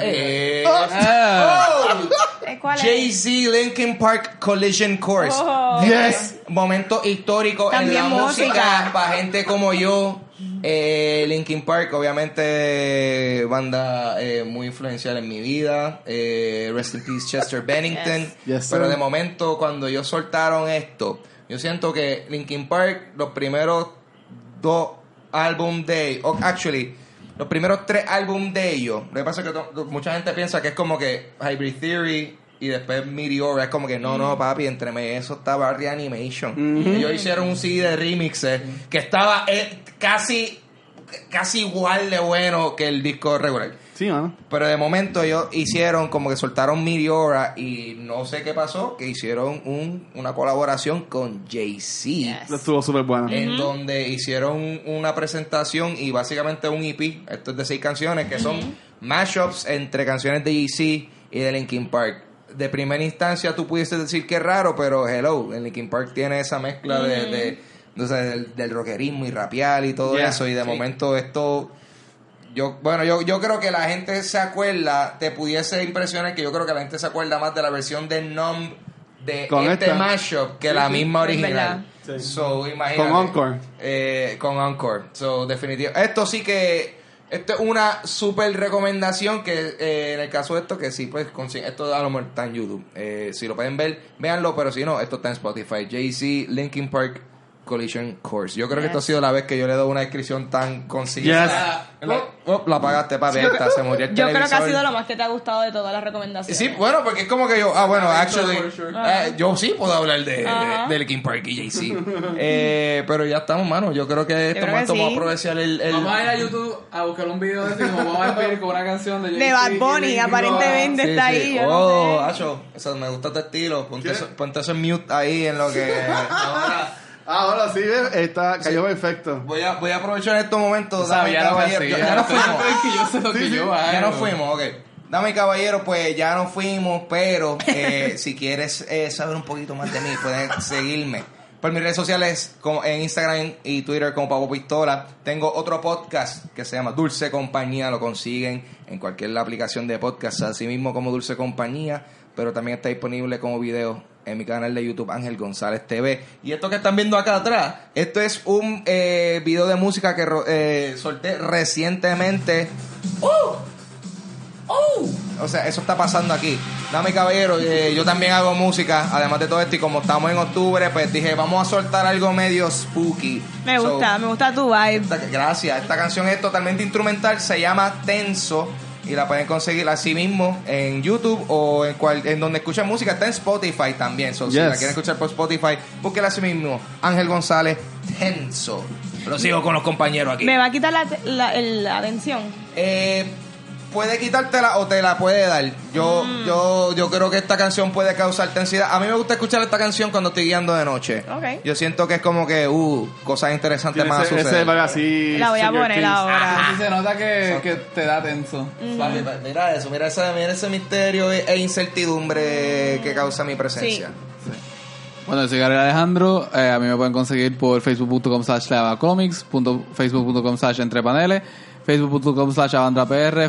¿Cuál es? Jay-Z Linkin Park Collision Course. Yes. Momento histórico También en la música música. para gente como yo. Linkin Park, obviamente, banda muy influencial en mi vida. Rest in peace, Chester Bennington. Yes, pero sir. de momento, cuando ellos soltaron esto, yo siento que Linkin Park, los primeros 2 álbum de los primeros 3 álbum de ellos, lo que pasa es que mucha gente piensa que es como que Hybrid Theory y después Meteora, es como que no papi, entre eso estaba Reanimation. Ellos hicieron un CD de remixes que estaba casi igual de bueno que el disco regular. Sí, mano. Pero de momento ellos hicieron como que soltaron Meteora y no sé qué pasó, que hicieron una colaboración con Jay-Z. Estuvo súper bueno. En donde hicieron una presentación y básicamente un EP, esto es de 6 canciones, que son mashups entre canciones de Jay-Z y de Linkin Park. De primera instancia tú pudieses decir que es raro, pero hello, en Linkin Park tiene esa mezcla del rockerismo y rapear y todo eso, y de momento esto... Yo creo que la gente se acuerda, te pudiese impresionar que yo creo que la gente se acuerda más de la versión de Numb de Con este esta. mashup que la misma original. Sí. So, imagínate. Con Encore. Con Encore. So, definitivamente. Esto es una super recomendación que en el caso de esto, que sí, pues, esto a lo mejor está en YouTube. Si lo pueden ver, véanlo, pero si no, esto está en Spotify. Jay-Z, Linkin Park, Collision Course. Yo creo que esto ha sido la vez que yo le doy una descripción tan concisa. La apagaste, papi. Ahí está, se murió el Yo televisor. creo que ha sido lo más que te ha gustado de todas las recomendaciones. Sí, bueno, porque es como que yo... actually... yo sí puedo hablar de Linkin Park y Jay-Z. Pero ya estamos, mano. Yo creo que en este momento vamos a aprovechar el... Vamos a ir a YouTube a buscar un video de eso, vamos a ver con una canción de Bad Bunny, aparentemente está ahí. Yo no sé. Acho, eso, me gusta tu estilo. Ponte eso en mute ahí en lo que... Ahora sí, cayó perfecto. Voy a aprovechar en estos momentos. Ya nos fuimos. Ya nos fuimos, ok. Dame y caballero, pues ya nos fuimos, pero si quieres saber un poquito más de mí, puedes seguirme por mis redes sociales en Instagram y Twitter como Pavo Pistola. Tengo otro podcast que se llama Dulce Compañía, lo consiguen en cualquier aplicación de podcast, así mismo como Dulce Compañía, pero también está disponible como video en mi canal de YouTube Ángel González TV. Y esto que están viendo acá atrás, esto es un video de música que solté recientemente. O sea, eso está pasando aquí. Dame caballero, yo también hago música, además de todo esto, y como estamos en octubre, pues dije, vamos a soltar algo medio spooky. Me gusta tu vibe. Gracias. Esta canción es totalmente instrumental, se llama Tenso. Y la pueden conseguir así mismo en YouTube o en donde escuchan música. Está en Spotify también. Si la quieren escuchar por Spotify, búsquela así mismo. Ángel González, Tenso. Lo sigo con los compañeros aquí. ¿Me va a quitar la atención? Puede quitártela o te la puede dar. Yo creo que esta canción puede causarte ansiedad. A mí me gusta escuchar esta canción cuando estoy guiando de noche. Okay. Yo siento que es como que cosas interesantes más a suceder. La voy a poner ahora. Sí se nota que te da tenso. Mira eso, mira ese misterio e incertidumbre que causa mi presencia. Sí. Bueno, yo soy Gabriel Alejandro. A mí me pueden conseguir por facebook.com/lavacomics, facebook.com/entrepaneles, facebook.com/avandrapr,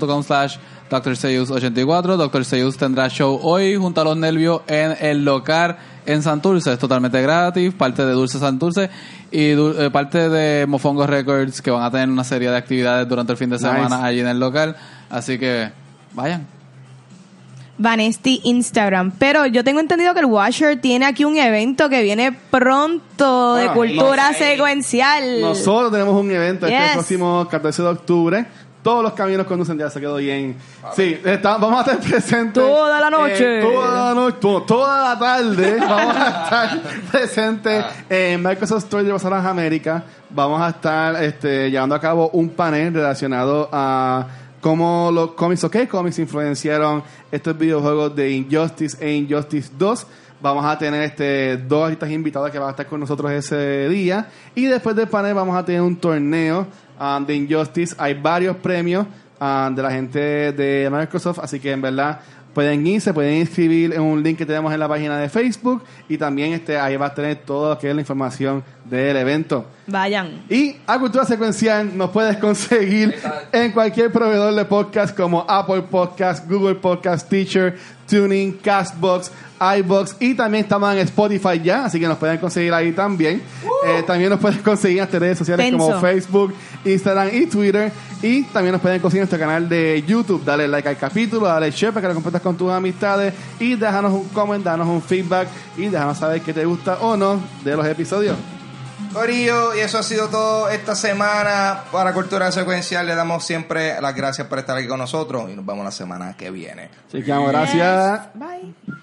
facebook.com/DrSeus84. Dr. Seus tendrá show hoy junto a Los Nervios en el local en Santurce. Es totalmente gratis, parte de Dulce Santurce y parte de Mofongo Records, que van a tener una serie de actividades durante el fin de semana allí en el local. Así que vayan. Vanesti Instagram. Pero yo tengo entendido que el Washer tiene aquí un evento que viene pronto de cultura secuencial. Nosotros tenemos un evento este próximo 14 de octubre. Todos los caminos conducen, ya se quedó bien. Sí, vamos a estar presentes. Toda la noche. Toda la tarde. Vamos a estar presentes en Microsoft Store de Los Ángeles, América. Vamos a estar llevando a cabo un panel relacionado a cómo los cómics influenciaron estos videojuegos de Injustice e Injustice 2. Vamos a tener 2 artistas invitados que van a estar con nosotros ese día. Y después del panel vamos a tener un torneo de Injustice. Hay varios premios de la gente de Microsoft, así que en verdad pueden inscribir en un link que tenemos en la página de Facebook, y también ahí va a tener todo lo que es la información del evento. Vayan. Y a Cultura Secuencial nos puedes conseguir en cualquier proveedor de podcast como Apple Podcast, Google Podcast, Teacher, TuneIn, Castbox, iBox, y también estamos en Spotify ya, así que nos pueden conseguir ahí también. También nos pueden conseguir en nuestras redes sociales como Facebook, Instagram y Twitter, y también nos pueden conseguir en nuestro canal de YouTube. Dale like al capítulo, dale share para que lo compartas con tus amistades, y déjanos un comment, danos un feedback y déjanos saber qué te gusta o no de los episodios. Corillo, y eso ha sido todo esta semana para Cultura Secuencial. Le damos siempre las gracias por estar aquí con nosotros y nos vemos la semana que viene. Así que gracias. Bye.